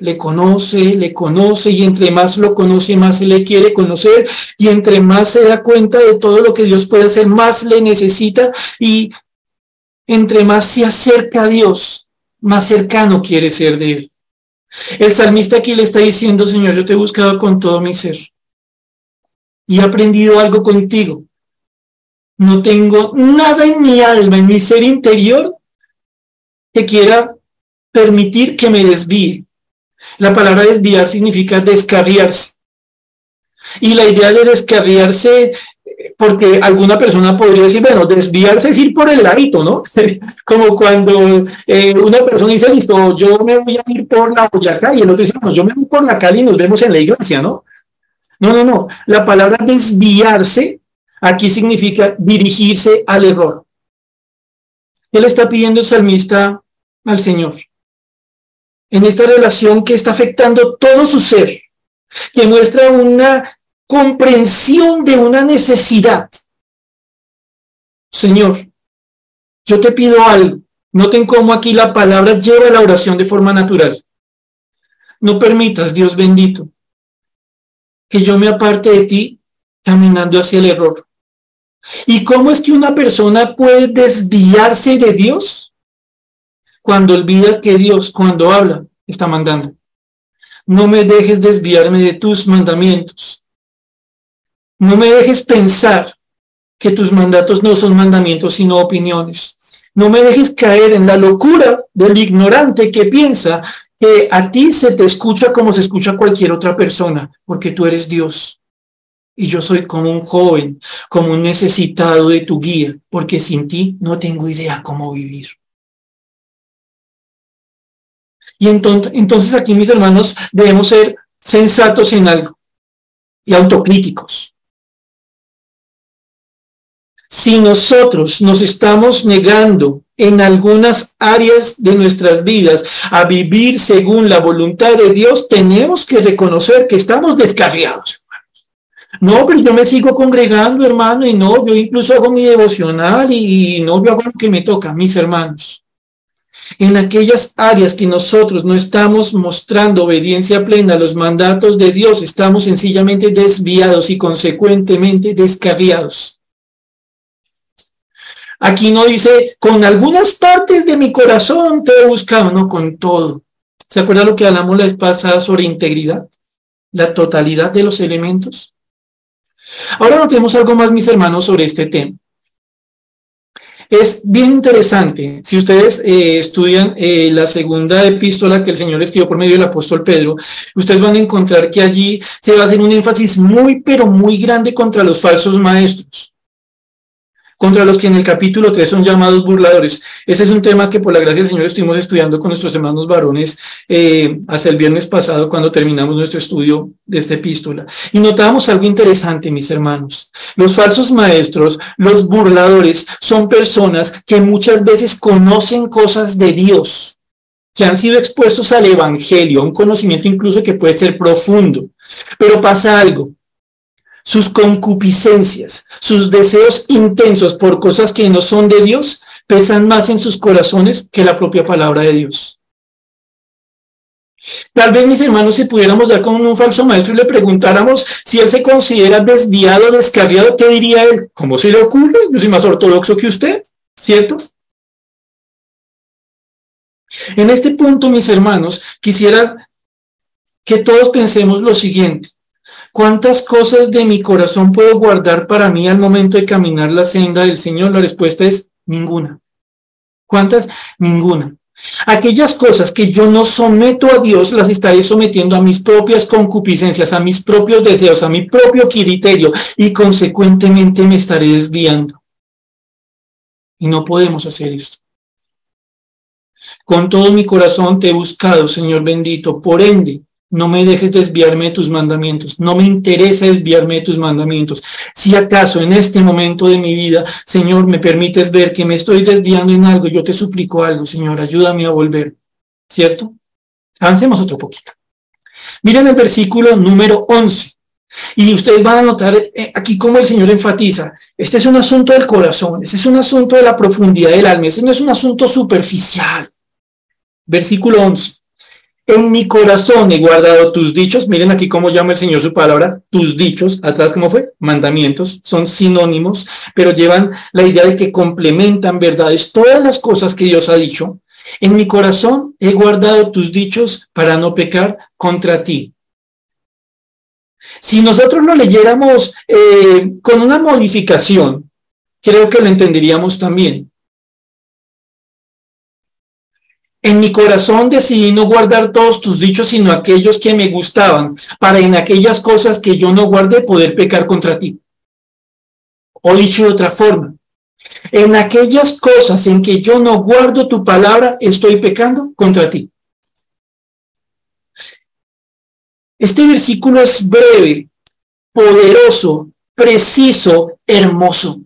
y entre más lo conoce, más se le quiere conocer, y entre más se da cuenta de todo lo que Dios puede hacer, más le necesita, y entre más se acerca a Dios, más cercano quiere ser de Él. El salmista aquí le está diciendo, Señor, yo te he buscado con todo mi ser, y he aprendido algo contigo. No tengo nada en mi alma, en mi ser interior, que quiera permitir que me desvíe. La palabra desviar significa descarriarse. Y la idea de descarriarse, porque alguna persona podría decir, bueno, desviarse es ir por el ladito, ¿no? Como cuando una persona dice, listo, yo me voy a ir por la Boyacá, y el otro dice, no, yo me voy por la Cali y nos vemos en la iglesia, ¿no? No. La palabra desviarse aquí significa dirigirse al error. Él está pidiendo el salmista al Señor en esta relación que está afectando todo su ser, que muestra una comprensión de una necesidad. Señor, yo te pido algo. Noten cómo aquí la palabra lleva la oración de forma natural. No permitas, Dios bendito, que yo me aparte de ti caminando hacia el error. ¿Y cómo es que una persona puede desviarse de Dios? Cuando olvida que Dios, cuando habla, está mandando. No me dejes desviarme de tus mandamientos. No me dejes pensar que tus mandatos no son mandamientos sino opiniones. No me dejes caer en la locura del ignorante que piensa que a ti se te escucha como se escucha a cualquier otra persona, porque tú eres Dios. Y yo soy como un joven, como un necesitado de tu guía, porque sin ti no tengo idea cómo vivir. Y entonces aquí, mis hermanos, debemos ser sensatos en algo y autocríticos. Si nosotros nos estamos negando en algunas áreas de nuestras vidas a vivir según la voluntad de Dios, tenemos que reconocer que estamos descarriados. No, pero yo me sigo congregando, hermano, y no, yo incluso hago mi devocional y no, yo hago lo que me toca, mis hermanos. En aquellas áreas que nosotros no estamos mostrando obediencia plena a los mandatos de Dios, estamos sencillamente desviados y consecuentemente descarriados. Aquí no dice, con algunas partes de mi corazón te he buscado, no con todo. ¿Se acuerdan lo que hablamos la vez pasada sobre integridad? La totalidad de los elementos. Ahora notemos algo más, mis hermanos, sobre este tema. Es bien interesante, si ustedes estudian la segunda epístola que el Señor escribió por medio del apóstol Pedro, ustedes van a encontrar que allí se va a hacer un énfasis muy, pero muy grande contra los falsos maestros, contra los que en el capítulo 3 son llamados burladores. Ese es un tema que por la gracia del Señor estuvimos estudiando con nuestros hermanos varones hasta el viernes pasado cuando terminamos nuestro estudio de esta epístola. Y notábamos algo interesante, mis hermanos. Los falsos maestros, los burladores, son personas que muchas veces conocen cosas de Dios, que han sido expuestos al evangelio, un conocimiento incluso que puede ser profundo. Pero pasa algo. Sus concupiscencias, sus deseos intensos por cosas que no son de Dios, pesan más en sus corazones que la propia palabra de Dios. Tal vez, mis hermanos, si pudiéramos dar con un falso maestro y le preguntáramos si él se considera desviado, descarriado, ¿qué diría él? ¿Cómo se le ocurre? Yo soy más ortodoxo que usted, ¿cierto? En este punto, mis hermanos, quisiera que todos pensemos lo siguiente. ¿Cuántas cosas de mi corazón puedo guardar para mí al momento de caminar la senda del Señor? La respuesta es ninguna. ¿Cuántas? Ninguna. Aquellas cosas que yo no someto a Dios, las estaré sometiendo a mis propias concupiscencias, a mis propios deseos, a mi propio criterio, y consecuentemente me estaré desviando. Y no podemos hacer esto. Con todo mi corazón te he buscado, Señor bendito, por ende, no me dejes desviarme de tus mandamientos. No me interesa desviarme de tus mandamientos. Si acaso en este momento de mi vida, Señor, me permites ver que me estoy desviando en algo, yo te suplico algo, Señor, ayúdame a volver. ¿Cierto? Avancemos otro poquito. Miren el versículo número 11. Y ustedes van a notar aquí cómo el Señor enfatiza. Este es un asunto del corazón. Este es un asunto de la profundidad del alma. Este no es un asunto superficial. Versículo 11. En mi corazón he guardado tus dichos. Miren aquí cómo llama el Señor su palabra, tus dichos. Atrás, ¿cómo fue? Mandamientos. Son sinónimos, pero llevan la idea de que complementan verdades. Todas las cosas que Dios ha dicho. En mi corazón he guardado tus dichos para no pecar contra ti. Si nosotros lo leyéramos con una modificación, creo que lo entenderíamos también. En mi corazón decidí no guardar todos tus dichos, sino aquellos que me gustaban, para en aquellas cosas que yo no guardé poder pecar contra ti. O dicho de otra forma, en aquellas cosas en que yo no guardo tu palabra, estoy pecando contra ti. Este versículo es breve, poderoso, preciso, hermoso.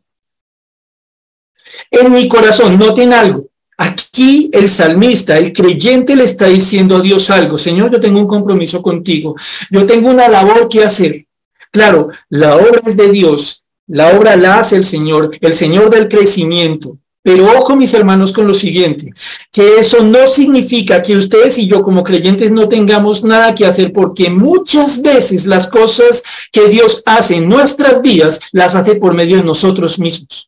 En mi corazón, noten algo. Aquí el salmista, el creyente, le está diciendo a Dios algo. Señor, yo tengo un compromiso contigo. Yo tengo una labor que hacer. Claro, la obra es de Dios. La obra la hace el Señor del crecimiento. Pero ojo, mis hermanos, con lo siguiente, que eso no significa que ustedes y yo como creyentes no tengamos nada que hacer, porque muchas veces las cosas que Dios hace en nuestras vidas las hace por medio de nosotros mismos.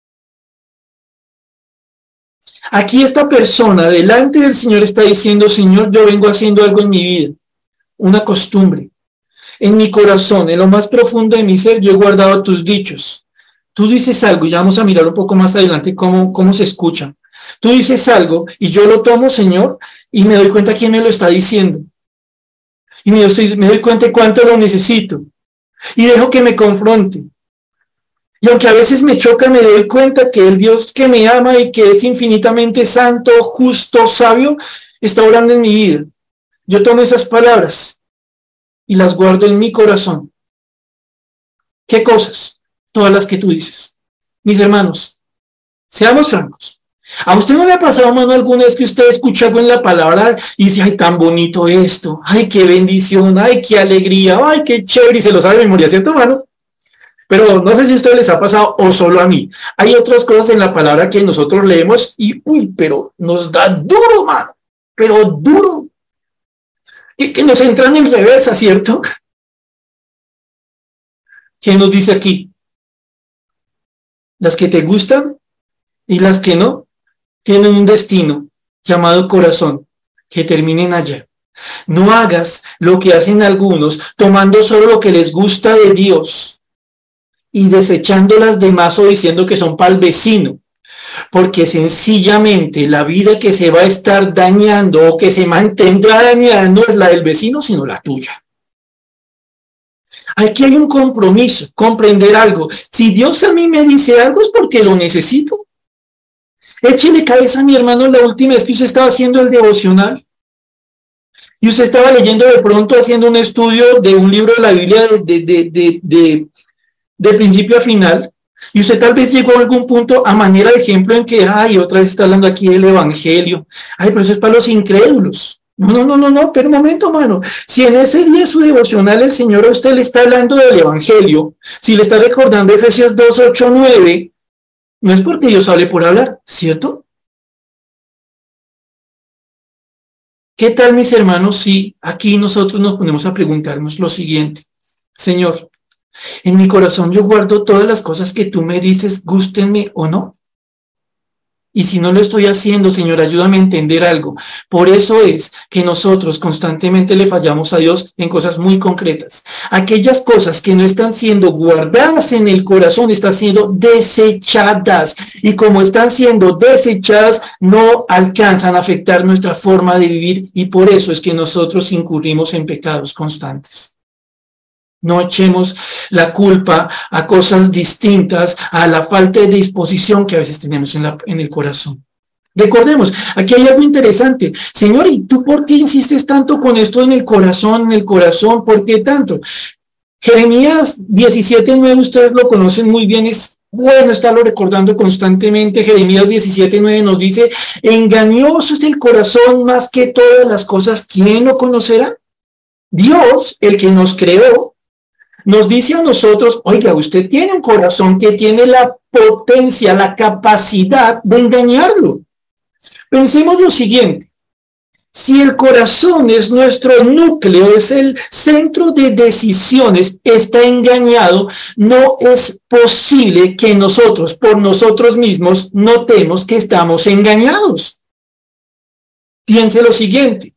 Aquí esta persona delante del Señor está diciendo: Señor, yo vengo haciendo algo en mi vida, una costumbre. En mi corazón, en lo más profundo de mi ser, yo he guardado tus dichos. Tú dices algo, y ya vamos a mirar un poco más adelante cómo se escucha. Tú dices algo y yo lo tomo, Señor, y me doy cuenta quién me lo está diciendo. Y me doy cuenta de cuánto lo necesito. Y dejo que me confronte. Y aunque a veces me choca, me doy cuenta que el Dios que me ama y que es infinitamente santo, justo, sabio, está orando en mi vida. Yo tomo esas palabras y las guardo en mi corazón. ¿Qué cosas? Todas las que tú dices. Mis hermanos, seamos francos. ¿A usted no le ha pasado, mano, alguna vez que usted escucha algo en la palabra y dice: ay, tan bonito esto, ay, qué bendición, ay, qué alegría, ay, qué chévere, y se lo sabe de memoria, ¿cierto, mano? Pero no sé si a ustedes les ha pasado o solo a mí. Hay otras cosas en la palabra que nosotros leemos y, pero nos da duro, mano, pero duro, que nos entran en reversa, ¿cierto? ¿Qué nos dice aquí? Las que te gustan y las que no tienen un destino llamado corazón, que terminen allá. No hagas lo que hacen algunos, tomando solo lo que les gusta de Dios y desechando las demás o diciendo que son para el vecino, porque sencillamente la vida que se va a estar dañando o que se mantendrá dañada no es la del vecino, sino la tuya. Aquí hay un compromiso, comprender algo. Si Dios a mí me dice algo es porque lo necesito. Échele cabeza a mi hermano la última vez que usted estaba haciendo el devocional y usted estaba leyendo de pronto, haciendo un estudio de un libro de la Biblia de principio a final, y usted tal vez llegó a algún punto a manera de ejemplo en que, ay, otra vez está hablando aquí del evangelio, ay, pero eso es para los incrédulos. No, pero un momento, mano. Si en ese día su devocional el Señor a usted le está hablando del evangelio, si le está recordando Efesios 2, 8, 9, no es porque Dios hable por hablar, ¿cierto? ¿Qué tal, mis hermanos, si aquí nosotros nos ponemos a preguntarnos lo siguiente? Señor, en mi corazón yo guardo todas las cosas que tú me dices, gústenme o no. Y si no lo estoy haciendo, Señor, ayúdame a entender algo. Por eso es que nosotros constantemente le fallamos a Dios en cosas muy concretas. Aquellas cosas que no están siendo guardadas en el corazón están siendo desechadas. Y como están siendo desechadas, no alcanzan a afectar nuestra forma de vivir. Y por eso es que nosotros incurrimos en pecados constantes. No echemos la culpa a cosas distintas, a la falta de disposición que a veces tenemos en el corazón. Recordemos, aquí hay algo interesante. Señor, ¿y tú por qué insistes tanto con esto en el corazón, en el corazón? ¿Por qué tanto? Jeremías 17:9, ustedes lo conocen muy bien, es bueno estarlo recordando constantemente. Jeremías 17:9 nos dice: engañoso es el corazón más que todas las cosas, ¿quién lo conocerá? Dios, el que nos creó, nos dice a nosotros: oiga, usted tiene un corazón que tiene la potencia, la capacidad de engañarlo. Pensemos lo siguiente: si el corazón es nuestro núcleo, es el centro de decisiones, está engañado, no es posible que nosotros, por nosotros mismos, notemos que estamos engañados. Piense lo siguiente: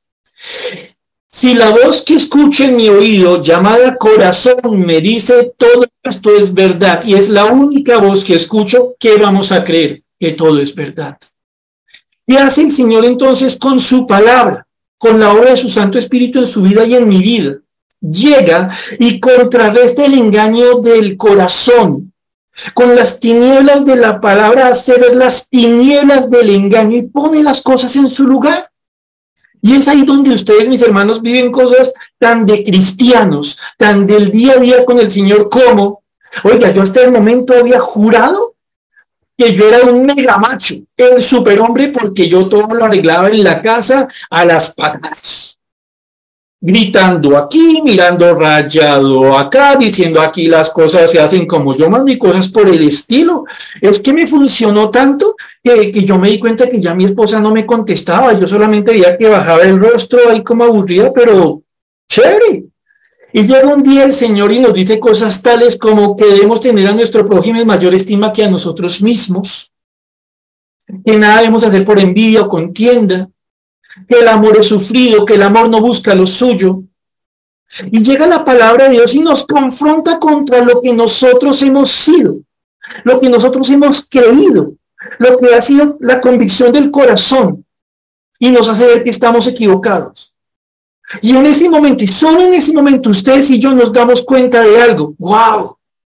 si la voz que escucho en mi oído, llamada corazón, me dice todo esto es verdad y es la única voz que escucho, ¿qué vamos a creer? Que todo es verdad. ¿Qué hace el Señor entonces con su palabra, con la obra de su Santo Espíritu en su vida y en mi vida? Llega y contrarresta el engaño del corazón. Con las tinieblas de la palabra hace ver las tinieblas del engaño y pone las cosas en su lugar. Y es ahí donde ustedes, mis hermanos, viven cosas tan de cristianos, tan del día a día con el Señor como, oiga, yo hasta el momento había jurado que yo era un mega macho, el superhombre, porque yo todo lo arreglaba en la casa a las patas. gritando aquí, mirando rayado acá, diciendo aquí las cosas se hacen como yo mando y cosas por el estilo. Es que me funcionó tanto que yo me di cuenta que ya mi esposa no me contestaba, yo solamente veía que bajaba el rostro ahí como aburrida, pero chévere. Y llega un día el Señor y nos dice cosas tales como que debemos tener a nuestro prójimo en mayor estima que a nosotros mismos, que nada debemos hacer por envidia o contienda, que el amor es sufrido, que el amor no busca lo suyo. Y llega la palabra de Dios y nos confronta contra lo que nosotros hemos sido, lo que nosotros hemos creído, lo que ha sido la convicción del corazón, y nos hace ver que estamos equivocados. Y en ese momento, y solo en ese momento, ustedes y yo nos damos cuenta de algo. ¡Wow!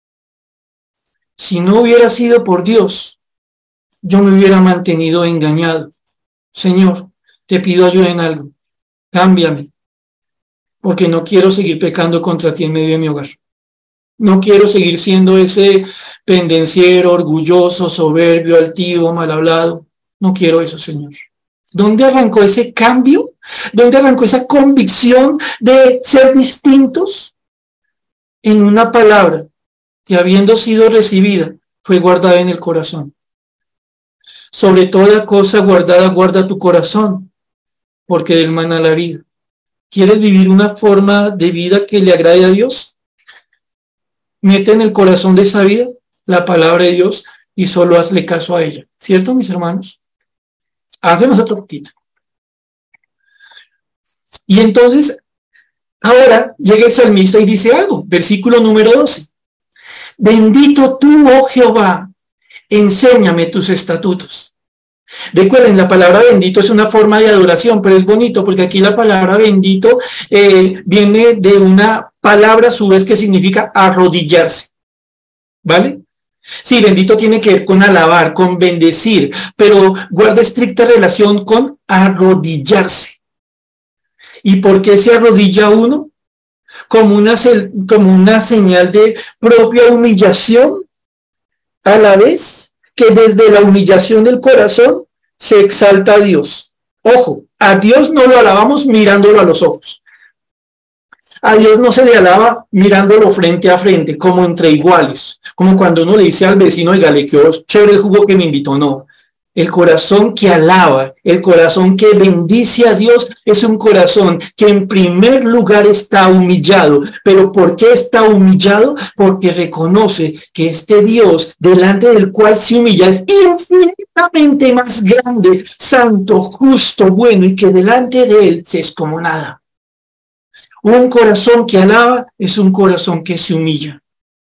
Si no hubiera sido por Dios, yo me hubiera mantenido engañado. Señor, te pido ayuda en algo. Cámbiame, porque no quiero seguir pecando contra ti en medio de mi hogar. No quiero seguir siendo ese pendenciero, orgulloso, soberbio, altivo, mal hablado. No quiero eso, Señor. ¿Dónde arrancó ese cambio? ¿Dónde arrancó esa convicción de ser distintos? En una palabra que, habiendo sido recibida, fue guardada en el corazón. Sobre toda cosa guardada, guarda tu corazón, porque del mana la vida. ¿Quieres vivir una forma de vida que le agrade a Dios? Mete en el corazón de esa vida la palabra de Dios y solo hazle caso a ella. ¿Cierto, mis hermanos? Hacemos otro poquito. Y entonces, ahora llega el salmista y dice algo. Versículo número 12. Bendito tú, oh Jehová, enséñame tus estatutos. Recuerden, la palabra bendito es una forma de adoración, pero es bonito porque aquí la palabra bendito viene de una palabra a su vez que significa arrodillarse. ¿Vale? Sí, bendito tiene que ver con alabar, con bendecir, pero guarda estricta relación con arrodillarse. ¿Y por qué se arrodilla uno? Como una señal de propia humillación, a la vez que desde la humillación del corazón se exalta a Dios. Ojo, a Dios no lo alabamos mirándolo a los ojos. A Dios no se le alaba mirándolo frente a frente, como entre iguales, como cuando uno le dice al vecino, oiga, le quedó chévere el jugo que me invitó. No, el corazón que alaba, el corazón que bendice a Dios es un corazón que en primer lugar está humillado. ¿Pero por qué está humillado? Porque reconoce que este Dios delante del cual se humilla es infinitamente más grande, santo, justo, bueno, y que delante de él se es como nada. Un corazón que alaba es un corazón que se humilla.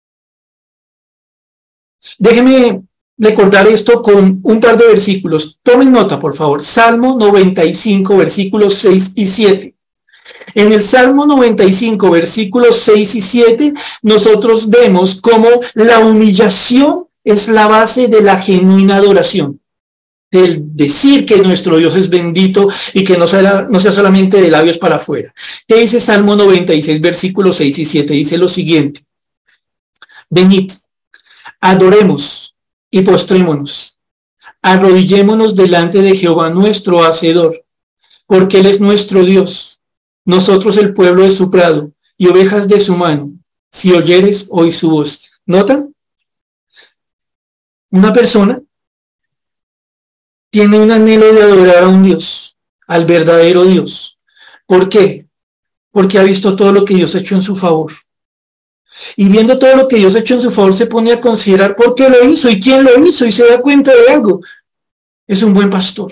Déjeme recordar esto con un par de versículos. Tomen nota, por favor. Salmo 95, versículos 6 y 7. En el Salmo 95, versículos 6 y 7, nosotros vemos cómo la humillación es la base de la genuina adoración. Del decir que nuestro Dios es bendito y que no sea solamente de labios para afuera. ¿Qué dice Salmo 96, versículos 6 y 7? Dice lo siguiente: venid, adoremos y postrémonos, arrodillémonos delante de Jehová nuestro Hacedor, porque Él es nuestro Dios, nosotros el pueblo de su prado y ovejas de su mano. Si oyeres, oí su voz. ¿Notan? Una persona tiene un anhelo de adorar a un Dios, al verdadero Dios. ¿Por qué? Porque ha visto todo lo que Dios ha hecho en su favor. Y viendo todo lo que Dios ha hecho en su favor, se pone a considerar por qué lo hizo y quién lo hizo, y se da cuenta de algo. Es un buen pastor.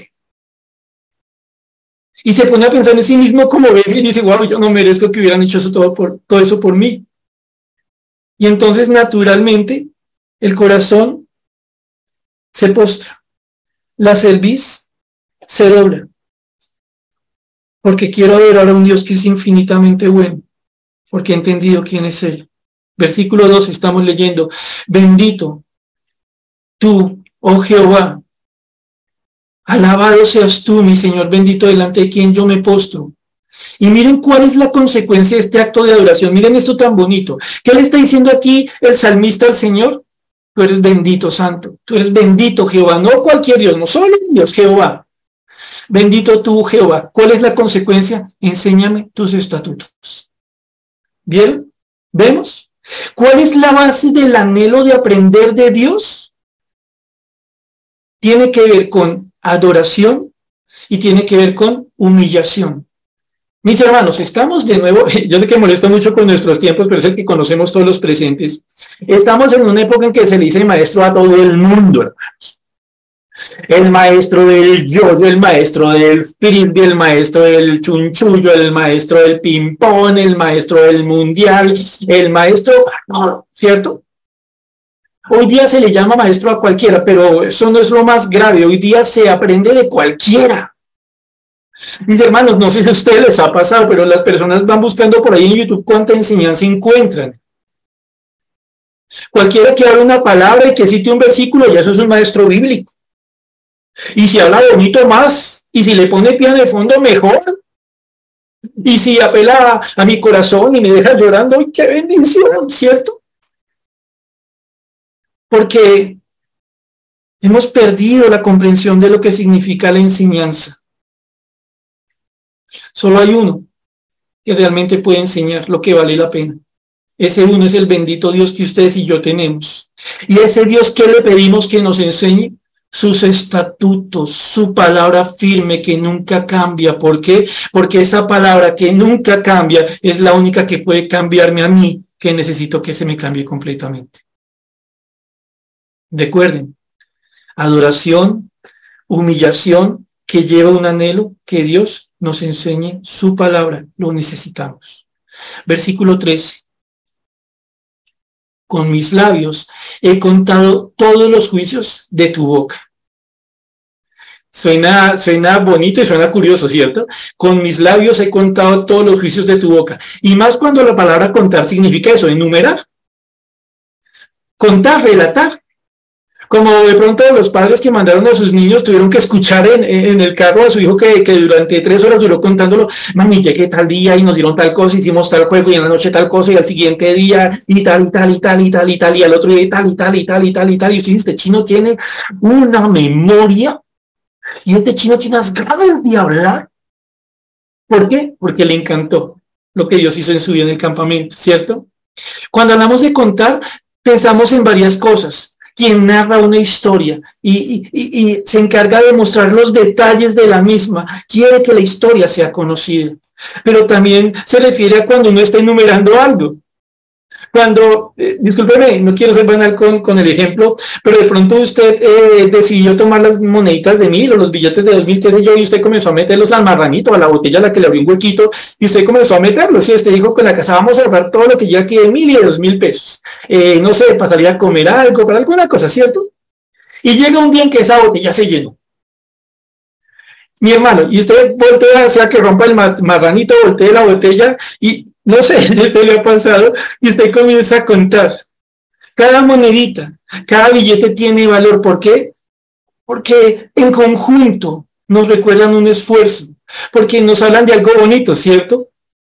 Y se pone a pensar en sí mismo como ve y dice, wow, yo no merezco que hubieran hecho todo eso por mí. Y entonces, naturalmente, el corazón se postra. La cerviz se dobla, porque quiero adorar a un Dios que es infinitamente bueno, porque he entendido quién es Él. Versículo 2 estamos leyendo: bendito tú, oh Jehová, alabado seas tú, mi Señor bendito, delante de quien yo me postro. Y miren cuál es la consecuencia de este acto de adoración. Miren esto tan bonito. ¿Qué le está diciendo aquí el salmista al Señor? Tú eres bendito, santo. Tú eres bendito, Jehová. No cualquier Dios, no solo Dios, Jehová. Bendito tú, Jehová. ¿Cuál es la consecuencia? Enséñame tus estatutos. ¿Vieron? ¿Vemos? ¿Cuál es la base del anhelo de aprender de Dios? Tiene que ver con adoración y tiene que ver con humillación. Mis hermanos, estamos de nuevo, yo sé que molesta mucho con nuestros tiempos, pero es el que conocemos todos los presentes. Estamos en una época en que se le dice maestro a todo el mundo, hermanos. El maestro del yoyo, el maestro del frisbee, el maestro del chunchullo, el maestro del ping-pong, el maestro del mundial, el maestro, ¿cierto? Hoy día se le llama maestro a cualquiera, pero eso no es lo más grave. Hoy día se aprende de cualquiera. Mis hermanos, no sé si a ustedes les ha pasado, pero las personas van buscando por ahí en YouTube cuánta enseñanza encuentran. Cualquiera que hable una palabra y que cite un versículo, ya eso es un maestro bíblico. Y si habla bonito, más. Y si le pone piano de fondo, mejor. Y si apela a mi corazón y me deja llorando, ¡ay, qué bendición! ¿Cierto? Porque hemos perdido la comprensión de lo que significa la enseñanza. Solo hay uno que realmente puede enseñar lo que vale la pena. Ese uno es el bendito Dios que ustedes y yo tenemos. Y ese Dios que le pedimos que nos enseñe sus estatutos, su palabra firme que nunca cambia. ¿Por qué? Porque esa palabra que nunca cambia es la única que puede cambiarme a mí, que necesito que se me cambie completamente. Recuerden, adoración, humillación que lleva un anhelo, que Dios nos enseñe su palabra. Lo necesitamos. Versículo 13. Con mis labios he contado todos los juicios de tu boca. Suena bonito y suena curioso, ¿cierto? Con mis labios he contado todos los juicios de tu boca. Y más cuando la palabra contar significa eso, enumerar. Contar, relatar. Como de pronto los padres que mandaron a sus niños tuvieron que escuchar en el carro a su hijo que durante 3 horas duró contándolo, mami, llegué tal día y nos dieron tal cosa, hicimos tal juego y en la noche tal cosa y al siguiente día y tal, y tal, y tal, y tal, y tal, y al otro día y tal, y tal, y tal, y tal, y tal. Y usted dice, este chino tiene una memoria y este chino tiene unas ganas de hablar. ¿Por qué? Porque le encantó lo que Dios hizo en su vida en el campamento, ¿cierto? Cuando hablamos de contar, pensamos en varias cosas. Quien narra una historia y se encarga de mostrar los detalles de la misma, quiere que la historia sea conocida. Pero también se refiere a cuando uno está enumerando algo. Cuando, discúlpeme, no quiero ser banal con el ejemplo, pero de pronto usted decidió tomar las moneditas de 1.000 o los billetes de 2.000, qué sé yo, y usted comenzó a meterlos al marranito, a la botella a la que le abrió un huequito, y usted comenzó a meterlos, y usted dijo con la casa vamos a ahorrar todo lo que ya aquí de 1.000 y de 2.000 pesos. No sé, pasaría a comer algo, para alguna cosa, ¿cierto? Y llega un día en que esa botella se llenó. Mi hermano, y usted voltea, o sea, que rompa el marranito, voltee la botella y no sé, esto le ha pasado y usted comienza a contar. Cada monedita, cada billete tiene valor. ¿Por qué? Porque en conjunto nos recuerdan un esfuerzo, porque nos hablan de algo bonito, ¿cierto?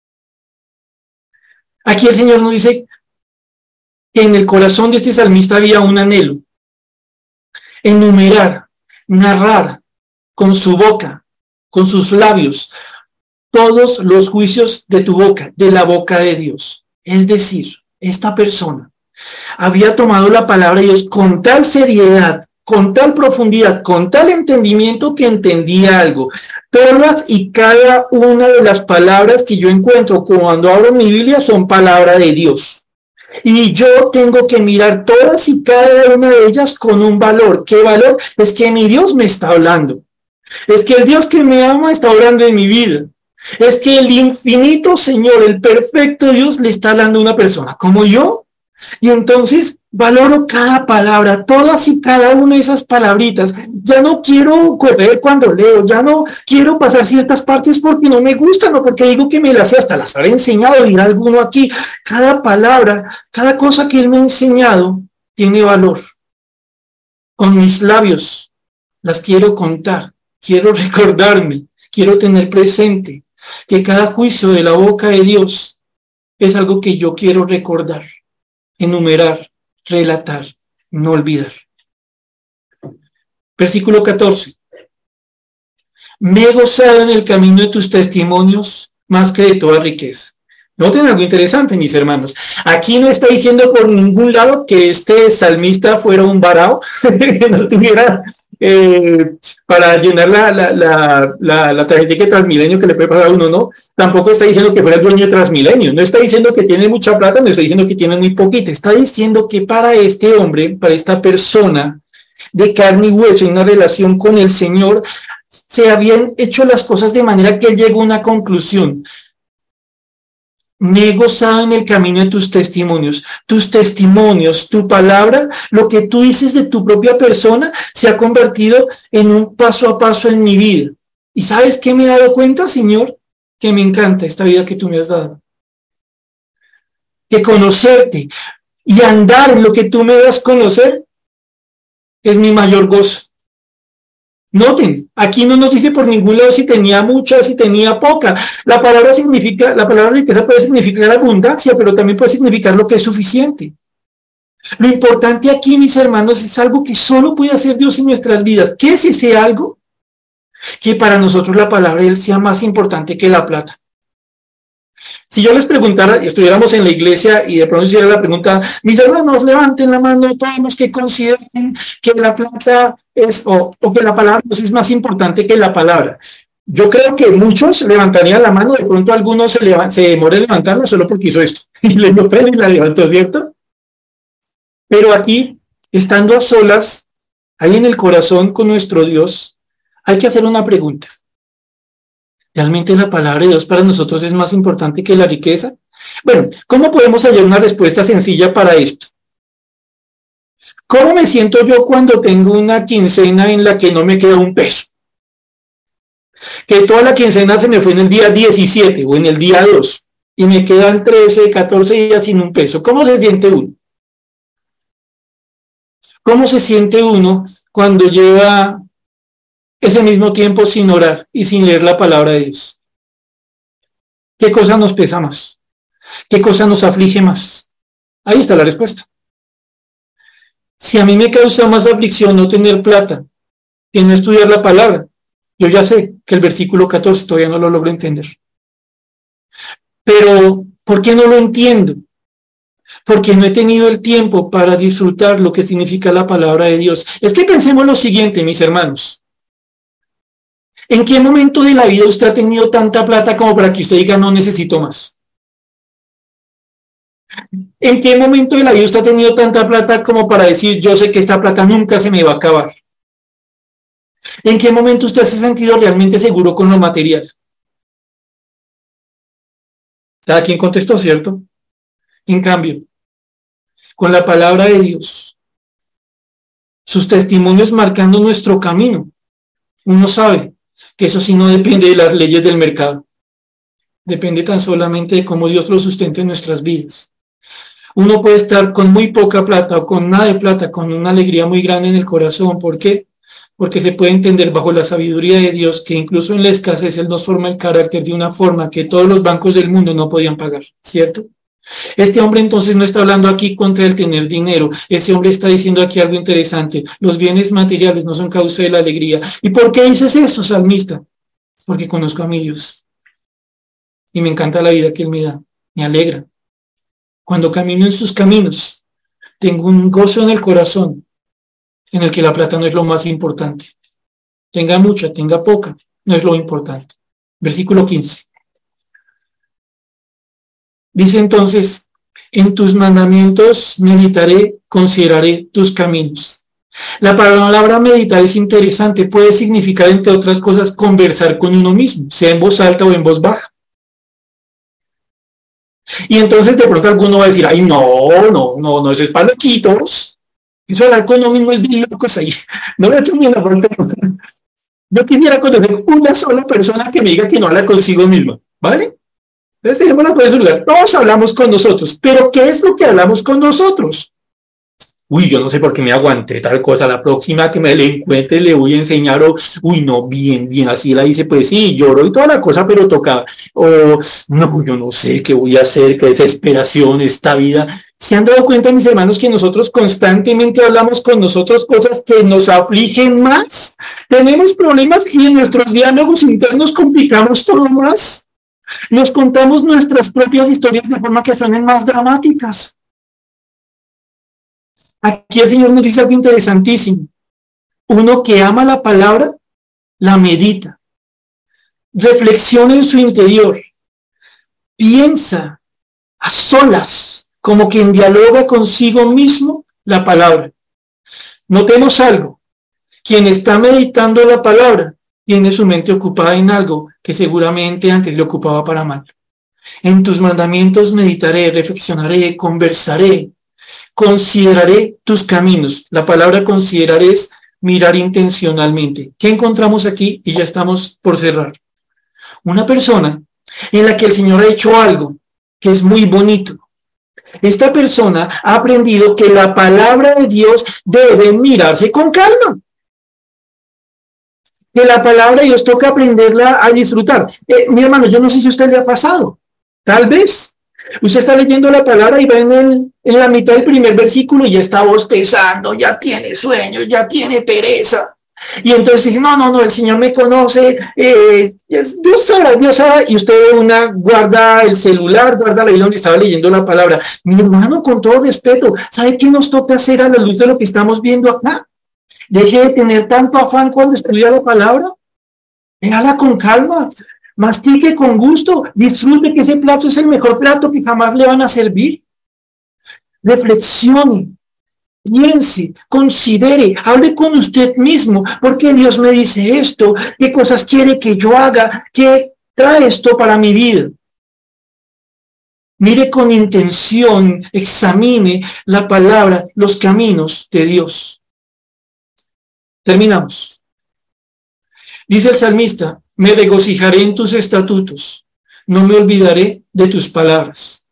Aquí el Señor nos dice que en el corazón de este salmista había un anhelo, enumerar, narrar con su boca, con sus labios, todos los juicios de tu boca, de la boca de Dios. Es decir, esta persona había tomado la palabra de Dios con tal seriedad, con tal profundidad, con tal entendimiento que entendía algo. Todas y cada una de las palabras que yo encuentro cuando abro mi Biblia son palabra de Dios. Y yo tengo que mirar todas y cada una de ellas con un valor. ¿Qué valor? Es que mi Dios me está hablando. Es que el Dios que me ama está hablando en mi vida. Es que el infinito Señor, el perfecto Dios, le está hablando a una persona como yo. Y entonces valoro cada palabra, todas y cada una de esas palabritas. Ya no quiero correr cuando leo, ya no quiero pasar ciertas partes porque no me gustan o porque digo que me las sé, hasta las habré enseñado, dirá alguno aquí. Cada palabra, cada cosa que Él me ha enseñado tiene valor. Con mis labios las quiero contar, quiero recordarme, quiero tener presente que cada juicio de la boca de Dios es algo que yo quiero recordar, enumerar, relatar, no olvidar. Versículo 14. Me he gozado en el camino de tus testimonios más que de toda riqueza. Noten algo interesante, mis hermanos. Aquí no está diciendo por ningún lado que este salmista fuera un varao, que no tuviera para llenar la tarjeta de Transmilenio que le puede pagar a uno, ¿no? Tampoco está diciendo que fuera el dueño de Transmilenio. No está diciendo que tiene mucha plata, no está diciendo que tiene muy poquita. Está diciendo que para este hombre, para esta persona de carne y hueso, en una relación con el Señor, se habían hecho las cosas de manera que él llegó a una conclusión. Me he gozado en el camino de tus testimonios, tu palabra, lo que tú dices de tu propia persona se ha convertido en un paso a paso en mi vida. ¿Y sabes qué me he dado cuenta, Señor? Que me encanta esta vida que tú me has dado. Que conocerte y andar en lo que tú me das a conocer es mi mayor gozo. Noten, aquí no nos dice por ningún lado si tenía mucha, si tenía poca. La palabra riqueza puede significar abundancia, pero también puede significar lo que es suficiente. Lo importante aquí, mis hermanos, es algo que solo puede hacer Dios en nuestras vidas. ¿Qué es ese algo? Que para nosotros la palabra de Él sea más importante que la plata. Si yo les preguntara, estuviéramos en la iglesia y de pronto hiciera la pregunta, mis hermanos, levanten la mano todos los que consideren que la plata es, o que la palabra es más importante que la palabra. Yo creo que muchos levantarían la mano, de pronto algunos se demora en levantarla solo porque hizo esto, y le dio pena y la levantó, ¿cierto? Pero aquí, estando a solas, ahí en el corazón con nuestro Dios, hay que hacer una pregunta. ¿Realmente la palabra de Dios para nosotros es más importante que la riqueza? Bueno, ¿cómo podemos hallar una respuesta sencilla para esto? ¿Cómo me siento yo cuando tengo una quincena en la que no me queda un peso? Que toda la quincena se me fue en el día 17 o en el día 2 y me quedan 13, 14 días sin un peso. ¿Cómo se siente uno? ¿Cómo se siente uno cuando lleva ese mismo tiempo sin orar y sin leer la palabra de Dios? ¿Qué cosa nos pesa más? ¿Qué cosa nos aflige más? Ahí está la respuesta. Si a mí me causa más aflicción no tener plata que no estudiar la palabra, yo ya sé que el versículo 14 todavía no lo logro entender. Pero, ¿por qué no lo entiendo? Porque no he tenido el tiempo para disfrutar lo que significa la palabra de Dios. Es que pensemos lo siguiente, mis hermanos. ¿En qué momento de la vida usted ha tenido tanta plata como para que usted diga no necesito más? ¿En qué momento de la vida usted ha tenido tanta plata como para decir yo sé que esta plata nunca se me va a acabar? ¿En qué momento usted se ha sentido realmente seguro con lo material? Cada quien contestó, ¿cierto? En cambio, con la palabra de Dios, sus testimonios marcando nuestro camino, uno sabe que eso sí no depende de las leyes del mercado. Depende tan solamente de cómo Dios lo sustente en nuestras vidas. Uno puede estar con muy poca plata o con nada de plata, con una alegría muy grande en el corazón. ¿Por qué? Porque se puede entender bajo la sabiduría de Dios que incluso en la escasez Él nos forma el carácter de una forma que todos los bancos del mundo no podían pagar, ¿cierto? Este hombre entonces no está hablando aquí contra el tener dinero. Ese hombre está diciendo aquí algo interesante. Los bienes materiales no son causa de la alegría. ¿Y por qué dices eso, salmista? Porque conozco a mi Dios y me encanta la vida que Él me da. Me alegra. Cuando camino en sus caminos, tengo un gozo en el corazón en el que la plata no es lo más importante. Tenga mucha, tenga poca, no es lo importante. Versículo 15. Dice entonces, en tus mandamientos meditaré, consideraré tus caminos. La palabra meditar es interesante, puede significar, entre otras cosas, conversar con uno mismo, sea en voz alta o en voz baja. Y entonces de pronto alguno va a decir, ay, no, eso es para loquitos. Eso hablar con uno mismo es de locos ahí. No me estoy viendo por teléfono. Yo quisiera conocer una sola persona que me diga que no habla consigo misma, ¿vale? Entonces tenemos la puede lugar. Todos hablamos con nosotros, pero ¿qué es lo que hablamos con nosotros? Uy, yo no sé por qué me aguanté tal cosa, la próxima que me le encuentre le voy a enseñar, o, uy, no, bien, así la dice, pues sí, lloro y toda la cosa, pero tocaba, o, no, yo no sé qué voy a hacer, qué desesperación esta vida. ¿Se han dado cuenta, mis hermanos, que nosotros constantemente hablamos con nosotros cosas que nos afligen más Tenemos problemas y en nuestros diálogos internos complicamos todo más. Nos contamos nuestras propias historias de forma que suenen más dramáticas. Aquí el Señor nos dice algo interesantísimo. Uno que ama la palabra, la medita, reflexiona en su interior, piensa a solas, como quien dialoga consigo mismo la palabra. Notemos algo. Quien está meditando la palabra tiene su mente ocupada en algo que seguramente antes le ocupaba para mal. En tus mandamientos meditaré, reflexionaré, conversaré, consideraré tus caminos. La palabra considerar es mirar intencionalmente. ¿Qué encontramos aquí? Y ya estamos por cerrar. Una persona en la que el Señor ha hecho algo que es muy bonito. Esta persona ha aprendido que la palabra de Dios debe mirarse con calma. Que la palabra de Dios toca aprenderla a disfrutar. Mi hermano, yo no sé si a usted le ha pasado. Tal vez. Usted está leyendo la palabra y va en la mitad del primer versículo y ya está bostezando, ya tiene sueño, ya tiene pereza. Y entonces dice, no, el Señor me conoce, Dios sabe, y usted guarda el celular, guarda la Biblia donde estaba leyendo la palabra. Mi hermano, con todo respeto, ¿sabe qué nos toca hacer a la luz de lo que estamos viendo acá? Deje de tener tanto afán cuando estudia la palabra, véala con calma, mastique con gusto, disfrute que ese plato es el mejor plato que jamás le van a servir. Reflexione, piense, considere, hable con usted mismo, ¿por qué Dios me dice esto? ¿Qué cosas quiere que yo haga? ¿Qué trae esto para mi vida? Mire con intención, examine la palabra, los caminos de Dios. Terminamos. Dice el salmista, me regocijaré en tus estatutos, no me olvidaré de tus palabras.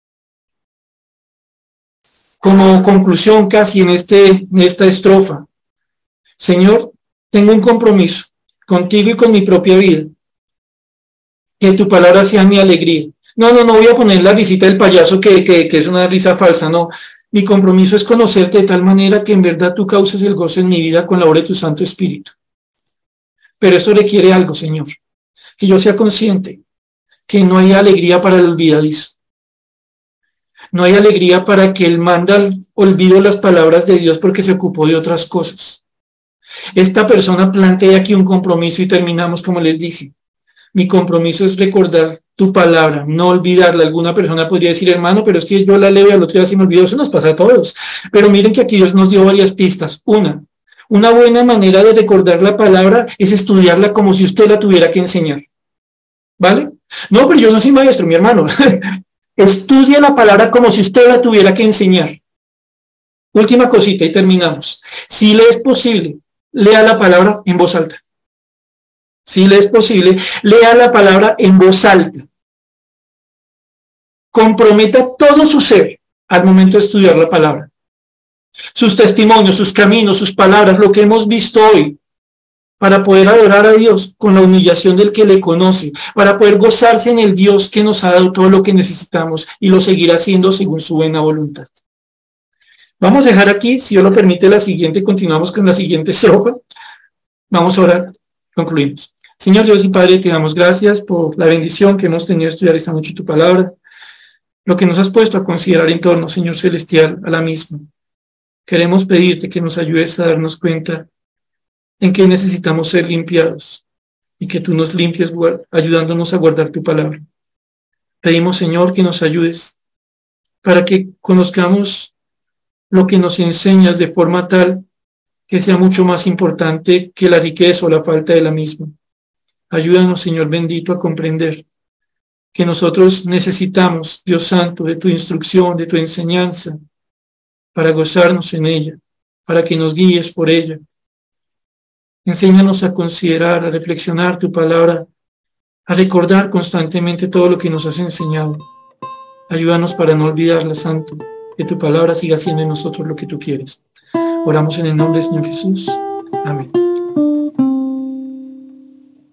Como conclusión casi en esta estrofa, Señor, tengo un compromiso contigo y con mi propia vida, que tu palabra sea mi alegría. No voy a poner la risita del payaso que es una risa falsa, no. Mi compromiso es conocerte de tal manera que en verdad tú causes el gozo en mi vida con la obra de tu Santo Espíritu. Pero esto requiere algo, Señor, que yo sea consciente que no hay alegría para el olvidadizo. No hay alegría para que él manda al olvido las palabras de Dios porque se ocupó de otras cosas. Esta persona plantea aquí un compromiso y terminamos como les dije. Mi compromiso es recordar tu palabra, no olvidarla. Alguna persona podría decir, hermano, pero es que yo la leo y al otro día se me olvidó. Eso nos pasa a todos. Pero miren que aquí Dios nos dio varias pistas. Una buena manera de recordar la palabra es estudiarla como si usted la tuviera que enseñar. ¿Vale? No, pero yo no soy maestro, mi hermano. Estudia la palabra como si usted la tuviera que enseñar. Última cosita y terminamos. Si le es posible, lea la palabra en voz alta. Si le es posible, lea la palabra en voz alta. Comprometa todo su ser al momento de estudiar la palabra. Sus testimonios, sus caminos, sus palabras, lo que hemos visto hoy, para poder adorar a Dios con la humillación del que le conoce, para poder gozarse en el Dios que nos ha dado todo lo que necesitamos y lo seguirá haciendo según su buena voluntad. Vamos a dejar aquí, si Dios lo permite, la siguiente, continuamos con la siguiente estrofa. Vamos a orar, concluimos. Señor Dios y Padre, te damos gracias por la bendición que hemos tenido de estudiar esta noche tu palabra, lo que nos has puesto a considerar en torno, Señor Celestial, a la misma. Queremos pedirte que nos ayudes a darnos cuenta en que necesitamos ser limpiados y que tú nos limpies ayudándonos a guardar tu palabra. Pedimos, Señor, que nos ayudes para que conozcamos lo que nos enseñas de forma tal que sea mucho más importante que la riqueza o la falta de la misma. Ayúdanos, Señor bendito, a comprender que nosotros necesitamos, Dios Santo, de tu instrucción, de tu enseñanza, para gozarnos en ella, para que nos guíes por ella. Enséñanos a considerar, a reflexionar tu palabra, a recordar constantemente todo lo que nos has enseñado. Ayúdanos para no olvidarla, Santo, que tu palabra siga siendo en nosotros lo que tú quieres. Oramos en el nombre del Señor Jesús. Amén.